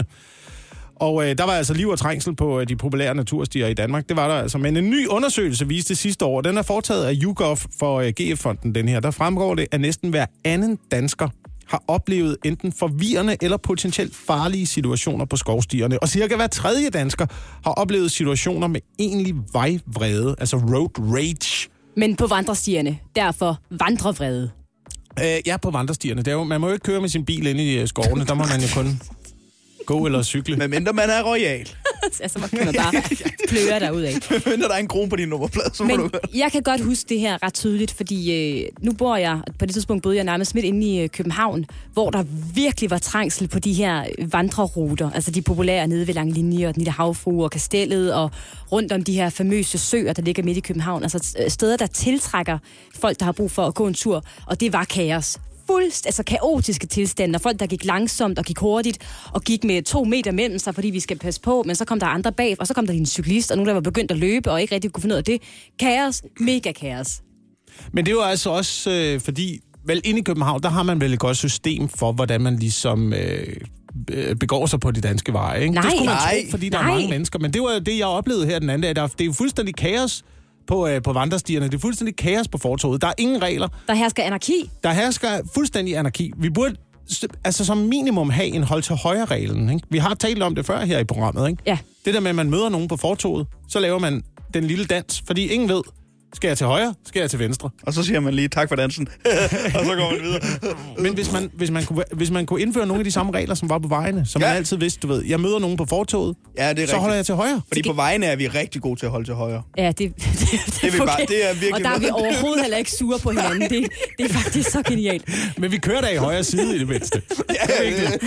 Og øh, der var altså liv og trængsel på øh, de populære naturstier i Danmark. Det var der altså. Men en ny undersøgelse viste sidste år, den er foretaget af YouGov for øh, G F-fonden, den her. Der fremgår det, at næsten hver anden dansker har oplevet enten forvirrende eller potentielt farlige situationer på skovstierne. Og cirka hver tredje dansker har oplevet situationer med egentlig vejvrede, altså road rage. Men på vandrestierne. Derfor vandrevrede. Øh, ja, på vandrestierne. Det er jo, man må jo ikke køre med sin bil ind i skovene. Der må man jo kun gå eller cykle. Men mindre man er royal. Altså, man kan bare pløre derudad. Mindre der er en krone på din nummerplade, så må Men du gøre. jeg kan godt huske det her ret tydeligt, fordi øh, nu bor jeg, på det tidspunkt boede jeg nærmest midt inde i øh, København, hvor der virkelig var trængsel på de her vandreruter, altså de populære nede ved Langlinje og den lille havfrue og Kastellet og rundt om de her famøse søer, der ligger midt i København. Altså steder, der tiltrækker folk, der har brug for at gå en tur, og det var kaos. Fuldst, altså kaotiske tilstande, og folk, der gik langsomt og gik hurtigt, og gik med to meter mellem sig, fordi vi skal passe på, men så kom der andre bag, og så kom der en cyklist, og nogen, der var begyndt at løbe, og ikke rigtig kunne finde ud af det. Kaos, mega kaos. Men det er jo altså også, øh, fordi, vel inde i København, der har man vel et godt system for, hvordan man ligesom øh, begår sig på de danske veje, ikke? Nej. Det skulle man Nej. tro, fordi der Nej. er mange mennesker, men det var det, jeg oplevede her den anden dag. Der, det er jo fuldstændig kaos på, øh, på vandrestierne. Det er fuldstændig kaos på fortovet. Der er ingen regler. Der hersker anarki. Der hersker fuldstændig anarki. Vi burde altså som minimum have en hold til højre-reglen. Ikke? Vi har talt om det før her i programmet. Ikke? Ja. Det der med, at man møder nogen på fortovet, så laver man den lille dans, fordi ingen ved, skal jeg til højre, skal jeg til venstre. Og så siger man lige tak for dansen, og så går man videre. Men hvis man, hvis, man kunne, hvis man kunne indføre nogle af de samme regler, som var på vejene, som ja. man altid vidste, du ved, jeg møder nogen på fortoget, ja, det er så holder rigtigt. jeg til højre. Fordi på vejene er vi rigtig gode til at holde til højre. Ja, det, det, det, det, er, bare, det er virkelig... Og der er vi overhovedet heller ikke sure på hinanden. Det, det er faktisk så genialt. Men vi kører da i højre side i det mindste. Ja, det er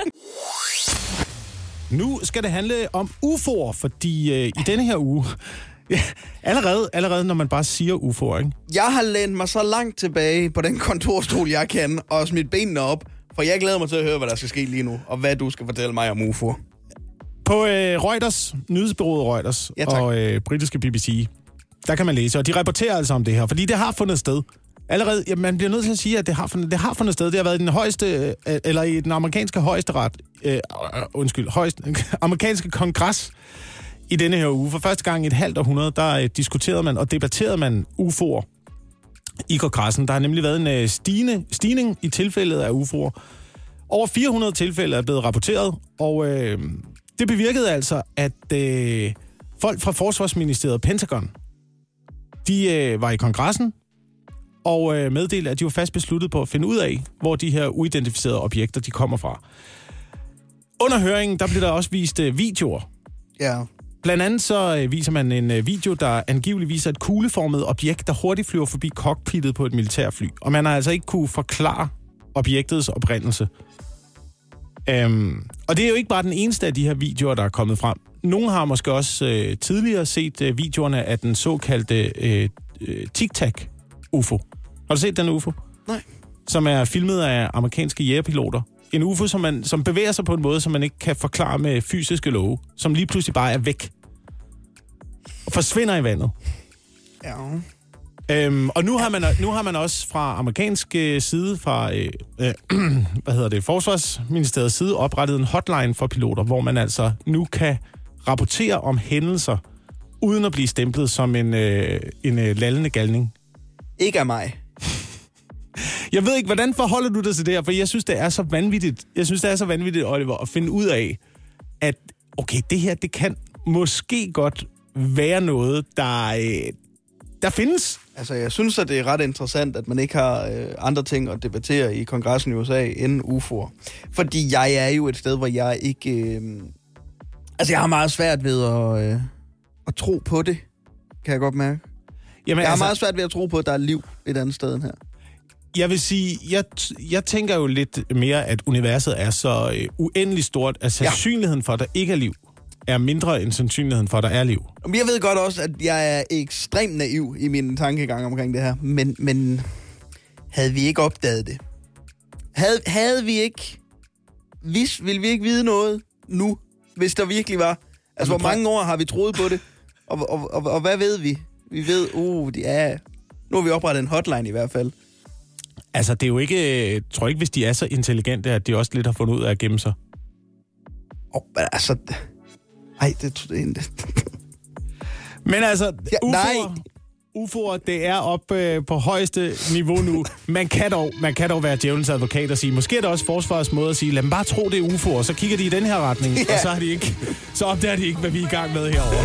nu skal det handle om U F O'er, fordi øh, i denne her uge... Ja, allerede, allerede når man bare siger U F O'er, ikke? Jeg har lænet mig så langt tilbage på den kontorstol, jeg kan, og smidt benene op, for jeg glæder mig til at høre, hvad der skal ske lige nu, og hvad du skal fortælle mig om U F O'er. På øh, Reuters, nyhedsbureauet Reuters ja, og øh, britiske B B C, der kan man læse, og de rapporterer altså om det her, fordi det har fundet sted. Allerede, ja, man bliver nødt til at sige, at det har fundet, det har fundet sted. Det har været i den højeste, øh, eller i den amerikanske højesteret, øh, øh, undskyld, højeste, amerikanske kongres, i denne her uge. For første gang i et halvt århundrede, der øh, diskuterede man og debatterede man U F O'er i kongressen. Der har nemlig været en øh, stigende, stigning i tilfældet af U F O'er. Over fire hundrede tilfælde er blevet rapporteret, og øh, det bevirkede altså, at øh, folk fra Forsvarsministeriet, Pentagon, de øh, var i kongressen og øh, meddelte, at de var fast besluttet på at finde ud af, hvor de her uidentificerede objekter, de kommer fra. Under høringen, der blev der også vist øh, videoer. Ja. Blandt andet så øh, viser man en øh, video, der angiveligt viser et kugleformet objekt, der hurtigt flyver forbi cockpittet på et militærfly. Og man har altså ikke kunne forklare objektets oprindelse. Øhm, og det er jo ikke bare den eneste af de her videoer, der er kommet frem. Nogle har måske også øh, tidligere set øh, videoerne af den såkaldte øh, øh, Tic-Tac-U F O. Har du set den U F O? Nej. Som er filmet af amerikanske jægerpiloter. En U F O, som, man, som bevæger sig på en måde, som man ikke kan forklare med fysiske love. Som lige pludselig bare er væk. Og forsvinder i vandet. Ja. Øhm, og nu har, man, nu har man også fra amerikansk side, fra øh, øh, hvad hedder det, Forsvarsministeriets side, oprettet en hotline for piloter, hvor man altså nu kan rapportere om hændelser, uden at blive stemplet som en, øh, en øh, lallende galning. Ikke af mig. Jeg ved ikke, hvordan forholder du dig til det her? For jeg synes, det er så vanvittigt. Jeg synes, det er så vanvittigt, Oliver, at finde ud af, at okay, det her, det kan måske godt være noget, der, øh, der findes. Altså, jeg synes, at det er ret interessant, at man ikke har øh, andre ting at debattere i kongressen i U S A end U F O'er. Fordi jeg er jo et sted, hvor jeg ikke... Øh, altså, jeg har meget svært ved at, øh, at tro på det, kan jeg godt mærke. Jamen, jeg har altså, meget svært ved at tro på, at der er liv et andet sted end her. Jeg vil sige, jeg, jeg tænker jo lidt mere, at universet er så øh, uendelig stort, at sandsynligheden for, at der ikke er liv, er mindre end sandsynligheden for, at der er liv. Jeg ved godt også, at jeg er ekstremt naiv i min tankegang omkring det her, men, men havde vi ikke opdaget det? Havde, havde vi ikke... Hvis, ville vi ikke vide noget nu, hvis der virkelig var? Altså, hvor mange år har vi troet på det? Og, og, og, og hvad ved vi? Vi ved, uh, de er... Nu har vi oprettet en hotline i hvert fald. Altså, det er jo ikke... Jeg tror ikke, hvis de er så intelligente, at de også lidt har fundet ud af at gemme sig. Oh, altså... Ej, det... det Men altså, ja, U F O'er, nej. U F O'er, det er op øh, på højeste niveau nu. Man kan dog, man kan dog være djævelens advokat og sige, måske er det også forsvarets måde at sige, lad dem bare tro, det er U F O'er, så kigger de i den her retning, ja. Og så, har de ikke, så opdager de ikke, hvad vi er i gang med herovre.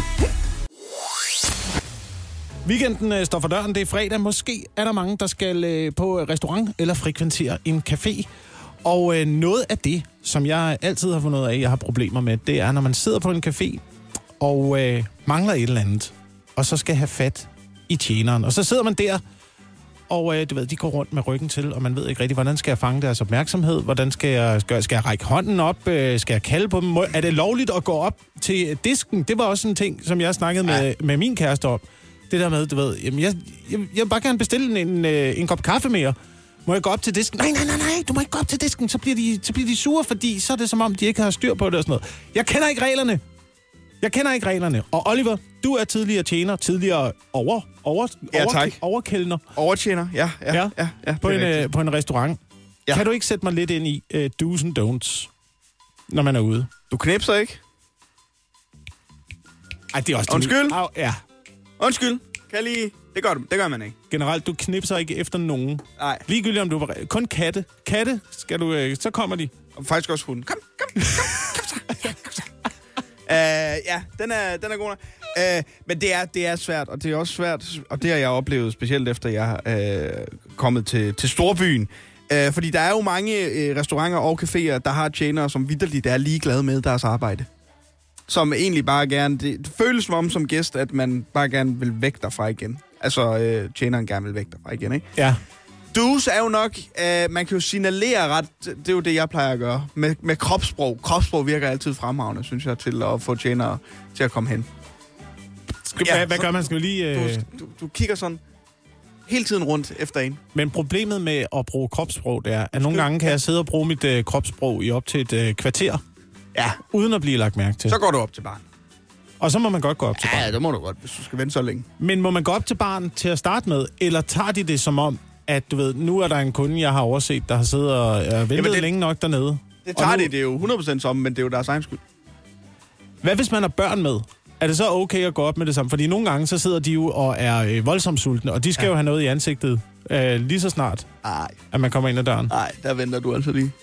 Weekenden øh, står for døren, det er fredag. Måske er der mange, der skal øh, på restaurant eller frekventere en café. Og øh, noget af det, som jeg altid har fundet ud af, jeg har problemer med, det er, når man sidder på en café og øh, mangler et eller andet, og så skal have fat i tjeneren. Og så sidder man der, og øh, du ved, de går rundt med ryggen til, og man ved ikke rigtig, hvordan skal jeg fange deres opmærksomhed? Hvordan skal jeg, skal, skal jeg række hånden op? Øh, skal jeg kalde på dem? Må, er det lovligt at gå op til disken? Det var også en ting, som jeg snakkede med, med min kæreste om. Det der med, du ved, jamen jeg, jeg, jeg vil bare gerne bestille en, en, en kop kaffe mere. Må jeg gå op til disken? Nej, nej, nej, nej, du må ikke gå op til disken. Så bliver de, så bliver de sure, fordi så er det som om, de ikke har styr på det og sådan noget. Jeg kender ikke reglerne. Jeg kender ikke reglerne. Og Oliver, du er tidligere tjener, tidligere over, over, ja, over, overkældner. Overtjener, ja, ja, ja, ja, ja på, en, uh, på en restaurant. Ja. Kan du ikke sætte mig lidt ind i uh, do's and don'ts, når man er ude? Du knipser ikke? Ej, det er også... Undskyld? Au, ja. Undskyld. Kan lige... Det gør, det gør man ikke. Generelt, du knipser ikke efter nogen. Nej. Ligegyldigt om du var... Kun katte. Katte, skal du... Øh, så kommer de. Og faktisk også hunden. Kom, kom, kom, kom så. Ja, kom så. Uh, ja, den er, den er god nok. Uh, men det er, det er svært, og det er også svært, og det har jeg oplevet specielt efter jeg er uh, kommet til, til storbyen. Uh, fordi der er jo mange uh, restauranter og caféer, der har tjenere, som vitterligt er ligeglade med deres arbejde. Som egentlig bare gerne... Det, det føles som om som gæst, at man bare gerne vil væk derfra igen. Altså, uh, tjeneren gerne vil væk derfra igen, ikke? Ja. Dus er jo nok, øh, man kan jo signalere ret, det er jo det, jeg plejer at gøre, med, med kropssprog. Kropssprog virker altid fremragende, synes jeg, til at få tjenere til at komme hen. Skal, ja, hvad, hvad gør man? Skal vi lige... Øh... Du, du, du kigger sådan hele tiden rundt efter en. Men problemet med at bruge kropssprog, det er, at nogle gange kan jeg sidde og bruge mit øh, kropssprog i op til et øh, kvarter, ja, uden at blive lagt mærke til. Så går du op til barn. Og så må man godt gå op til barn. Ja, det må du godt, hvis du skal vente så længe. Men må man gå op til barn til at starte med, eller tager de det som om, at du ved, nu er der en kunde, jeg har overset, der har siddet og øh, ventet Jamen det, længe nok dernede. Det tager nu, de, det er jo hundrede procent som, men det er jo deres egen skyld. Hvad hvis man har børn med? Er det så okay at gå op med det samme? Fordi nogle gange, så sidder de jo og er øh, voldsomt sultne, og de skal ja. jo have noget i ansigtet øh, lige så snart, Ej. at man kommer ind ad døren. Nej, der venter du altså lige.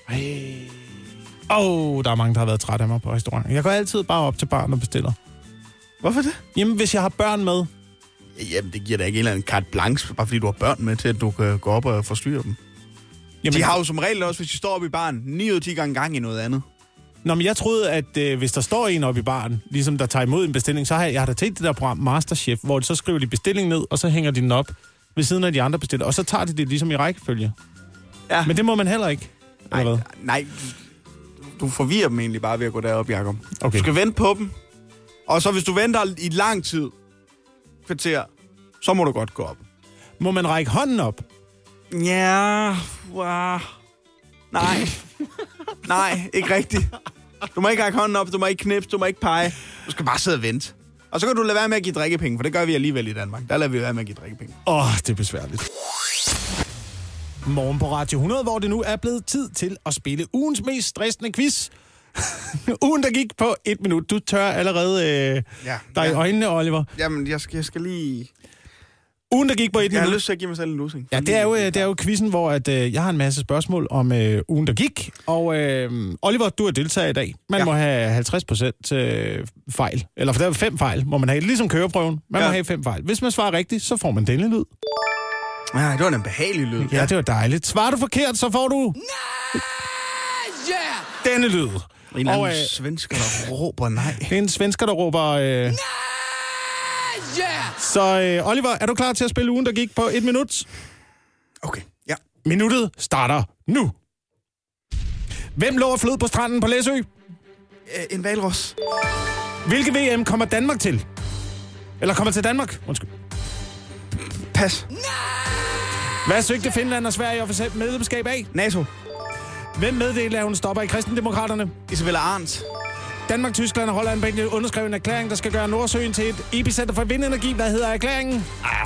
Åh, oh, der er mange, der har været trætte af mig på restauranten. Jeg går altid bare op til barn og bestiller. Hvorfor det? Jamen, hvis jeg har børn med... Jamen, det giver da ikke en eller anden carte blanche, bare fordi du har børn med til, at du kan gå op og forstyrre dem. Jamen, de har jo som regel også, hvis de står oppe i baren, ni ud af ti gange gang i noget andet. Nå, men jeg troede, at øh, hvis der står en oppe i baren, ligesom der tager imod en bestilling, så har jeg, jeg har da tænkt det der program Masterchef, hvor de så skriver de bestillingen ned, og så hænger de den op ved siden af de andre bestillere, og så tager de det ligesom i rækkefølge. Ja. Men det må man heller ikke. Nej, hvad? nej. Du forvirrer dem egentlig bare ved at gå derop, Jacob. Okay. Du skal vente på dem, og så hvis du venter i lang tid, kvarter, så må du godt gå op. Må man række hånden op? Ja, wow. Nej. Nej, ikke rigtigt. Du må ikke række hånden op, du må ikke knipse, du må ikke pege. Du skal bare sidde og vente. Og så kan du lade være med at give drikkepenge, for det gør vi alligevel i Danmark. Der lader vi være med at give drikkepenge. Åh, oh, det er besværligt. Morgen på Radio hundrede, hvor det nu er blevet tid til at spille ugens mest stressende quiz. Ugen, der gik på et minut. Du tør allerede øh, ja, dig ja. i øjnene, Oliver. Jamen, jeg skal, jeg skal lige... Ugen, der gik på et minut. Jeg har lyst til at give mig selv en losing. Ja, det er jo, det er jo quizzen, hvor at, øh, jeg har en masse spørgsmål om øh, ugen, der gik. Og øh, Oliver, du er deltager i dag. Man ja. må have halvtreds procent øh, fejl. Eller for der er fem fejl, må man have. Ligesom køreprøven. Man ja. må have fem fejl. Hvis man svarer rigtigt, så får man denne lyd. Ja, det var en behagelig lyd. Ja, det var dejligt. Svarer du forkert, så får du... Nej! Yeah! Denne lyd. En eller anden øh, svensker, der råber nej. Det er en svensker, der råber... Øh... Nej! Yeah! Så øh, Oliver, er du klar til at spille ugen, der gik på et minut? Okay, ja. Minuttet starter nu. Hvem lå og flød på stranden på Læsø? Æ, en hvalros. Hvilke V M kommer Danmark til? Eller kommer til Danmark? Undskyld. Pas. Hvad søgte Finland og Sverige officielt medlemskab af? NATO. Hvem meddelte, at hun stopper i Kristendemokraterne? Isabella Arndt. Danmark, Tyskland og Holland Belgien underskrev en erklæring, der skal gøre Nordsøen til et epicenter for vindenergi. Hvad hedder erklæringen? Ah,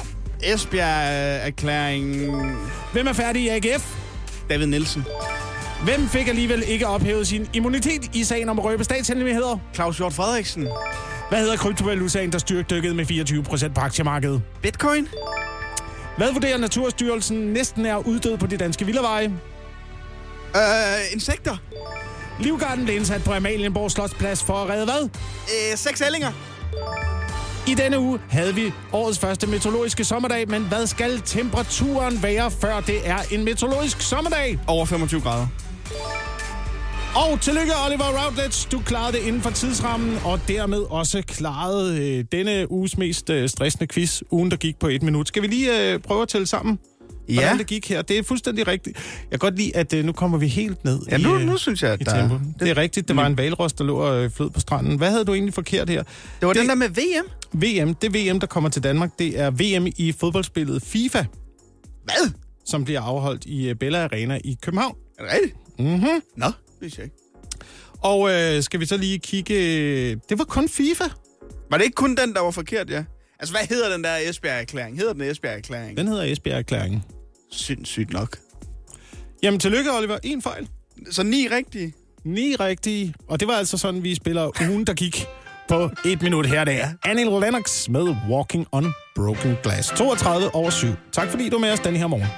Esbjerg-erklæringen. Hvem er færdig i A G F? David Nielsen. Hvem fik alligevel ikke ophævet sin immunitet i sagen om at røbe statshemmeligheder? Claus Hjort Frederiksen. Hvad hedder kryptovalutaen, der styrtdykkede med fireogtyve procent på aktiemarkedet? Bitcoin. Hvad vurderer Naturstyrelsen næsten er uddød på de danske villaveje? Øh, insekter. Livgarden blev indsat på Amalienborg Slotsplads for at redde hvad? Øh, seks ællinger. I denne uge havde vi årets første meteorologiske sommerdag, men hvad skal temperaturen være, før det er en meteorologisk sommerdag? Over femogtyve grader. Og tillykke, Oliver Routledge. Du klarede det inden for tidsrammen, og dermed også klarede øh, denne uges mest øh, stressende quiz, ugen, der gik på et minut. Skal vi lige øh, prøve at tælle sammen, ja. hvordan det gik her? Det er fuldstændig rigtigt. Jeg kan godt lide, at øh, nu kommer vi helt ned ja, i nu, øh, nu synes jeg, at der tempo. Det, det er rigtigt. Det var en hvalros, der lå og øh, flød på stranden. Hvad havde du egentlig forkert her? Det var det, den der med V M? V M. Det V M, der kommer til Danmark, det er V M i fodboldspillet FIFA. Hvad? Som bliver afholdt i Bella Arena i København. Er det rigtigt? Mhm. Nå, det er ikke. Og øh, skal vi så lige kigge... Det var kun FIFA. Var det ikke kun den, der var forkert, ja? Altså, hvad hedder den der Esbjerg-erklæring? Hedder den Esbjerg-erklæring? Den hedder Esbjerg-erklæringen. Sindssygt nok. Jamen, tillykke, Oliver. En fejl. Så ni rigtige? Ni rigtige. Og det var altså sådan, vi spiller ugen, der gik på et minut her. Det er Annie Lennox med Walking on Broken Glass. toogtredive over syv. Tak fordi du er med os denne her morgen.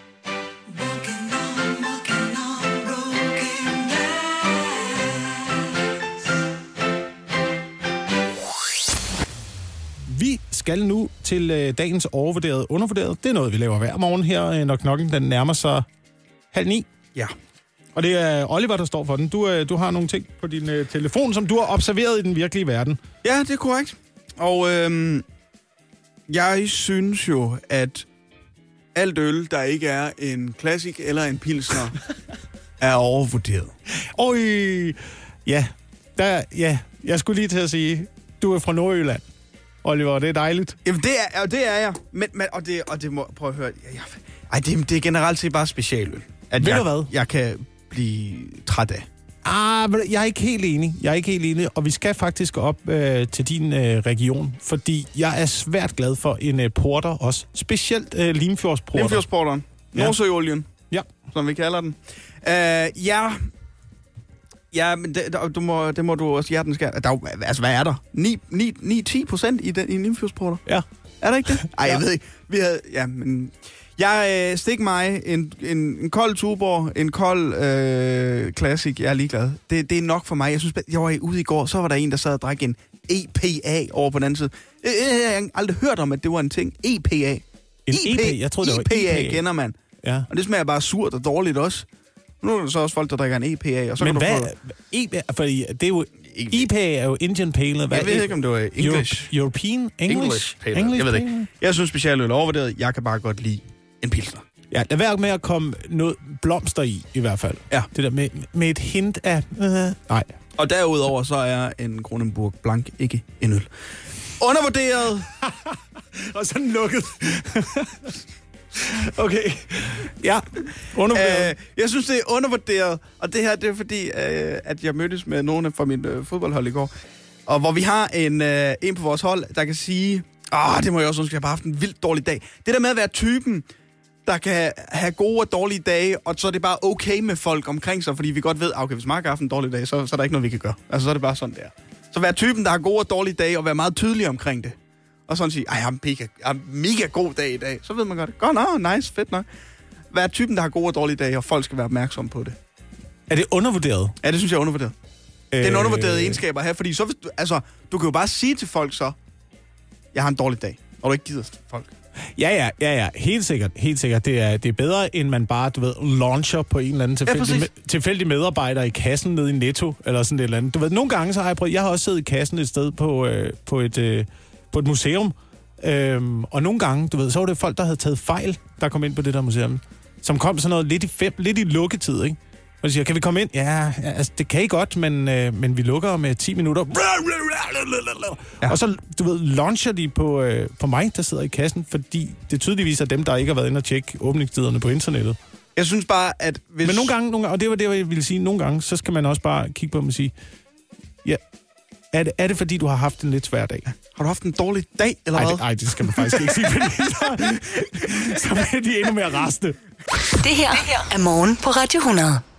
Vi skal nu til øh, dagens overvurderet undervurderet. Det er noget, vi laver hver morgen her, øh, når klokken den nærmer sig halv ni. Ja. Og det er Oliver, der står for den. Du, øh, du har nogle ting på din øh, telefon, som du har observeret i den virkelige verden. Ja, det er korrekt. Og øhm, jeg synes jo, at alt øl, der ikke er en classic eller en pilsner, er overvurderet. Øj, ja, der, ja, jeg skulle lige til at sige, du er fra Nordjylland, Oliver, det er dejligt. Jamen, det er, ja, det er jeg. Men, men, og, det, og det må, prøv at høre. Jeg, ej, det, det er generelt set bare specialøl. At Ved jeg, du hvad? Jeg kan blive træt af. Ah, men jeg er ikke helt enig. Jeg er ikke helt enig, og vi skal faktisk op øh, til din øh, region, fordi jeg er svært glad for en øh, porter også. Specielt øh, Limfjordsporter. Limfjordsporteren. Ja. Nordsøolien. Ja. Som vi kalder den. Uh, ja... Ja, men det, du må, det må du også hjertens gerne. Der, altså, hvad er der? ni til ti procent i, den, i en Limfjordsporter? Ja. Er der ikke det? Ej, jeg Ja. ved ikke. Vi havde... Ja, men... Jeg øh, stik mig en, en, en kold Tuborg, en kold øh, Classic. Jeg er ligeglad. Det, det er nok for mig. Jeg synes, jeg var ude i går, så var der en, der sad og drak en E P A over på den anden side. Jeg, jeg, jeg har aldrig hørt om, at det var en ting. E P A. En E P? Jeg troede, det var E P A. I P A. Kender man. Ja. Og det smager bare surt og dårligt også. Nu er der så også folk, der drikker en E P A. Og så Men kan hvad... du få... E P A, fordi det er jo... I P A er jo Indian Pale. Hvad Jeg ved ikke, om det var English. Euro, European? English? English Pale Ale. Jeg ved det ikke. Jeg synes specialøl er overvurderet. Jeg kan bare godt lide en pilsner. Ja, lad være med at komme noget blomster i, i hvert fald. Ja. Det der med, med et hint af... Øh, nej. Og derudover så er en Kronenburg Blanc ikke en øl. Undervurderet. Og sådan lukket. Okay. Ja, undervurderet. Øh, jeg synes, det er undervurderet. Og det her, det er fordi, øh, at jeg mødtes med nogle fra min øh, fodboldhold i går. Og hvor vi har en, øh, en på vores hold, der kan sige... Åh, det må jeg også ønske, jeg har bare haft en vildt dårlig dag. Det der med at være typen, der kan have gode og dårlige dage, og så er det bare okay med folk omkring sig, fordi vi godt ved, okay, hvis Mark har haft en dårlig dag, så, så er der ikke noget, vi kan gøre. Altså, så er det bare sådan, der. Så være typen, der har gode og dårlige dage, og være meget tydelig omkring det. Og sådan sige, ej, jeg har en mega, jeg har en mega god dag i dag. Så ved man godt, godt, no, nice, fedt nok. Være typen, der har gode og dårlige dage, og folk skal være opmærksomme på det. Er det undervurderet? Ja, det synes jeg er undervurderet. Øh... Det er en undervurderet egenskab at have, fordi så, hvis du, altså, du kan jo bare sige til folk så, jeg har en dårlig dag, og du ikke gider folk. Ja, ja, ja, ja. Helt sikkert. Helt sikkert. Det er, det er bedre, end man bare, du ved, launcher på en eller anden tilfældig, Ja, med, tilfældig medarbejder i kassen nede i Netto, eller sådan et eller andet. Du ved, nogle gange så har jeg prøvet, jeg har også siddet i kassen et sted på, øh, på, et, øh, på et museum, øhm, og nogle gange, du ved, så var det folk, der havde taget fejl, der kom ind på det der museum, som kom sådan noget lidt i, fem, lidt i lukketid, ikke? Og de siger, kan vi komme ind? Ja, altså, det kan I godt, men, øh, men vi lukker med ti minutter. Ja. Og så, du ved, launcher de på, øh, på mig, der sidder i kassen, fordi det tydeligvis er dem, der ikke har været inde og tjekke åbningstiderne på internettet. Jeg synes bare, at hvis... Men nogle gange, nogle gange, og det var det, jeg ville sige, nogle gange, så skal man også bare kigge på dem og sige, ja, er det, er det fordi, du har haft en lidt svær dag? Har du haft en dårlig dag, eller Ej, hvad? det, ej, det skal man faktisk ikke sige, fordi så, så bliver de endnu mere rasende. Det her er morgen på Radio hundrede.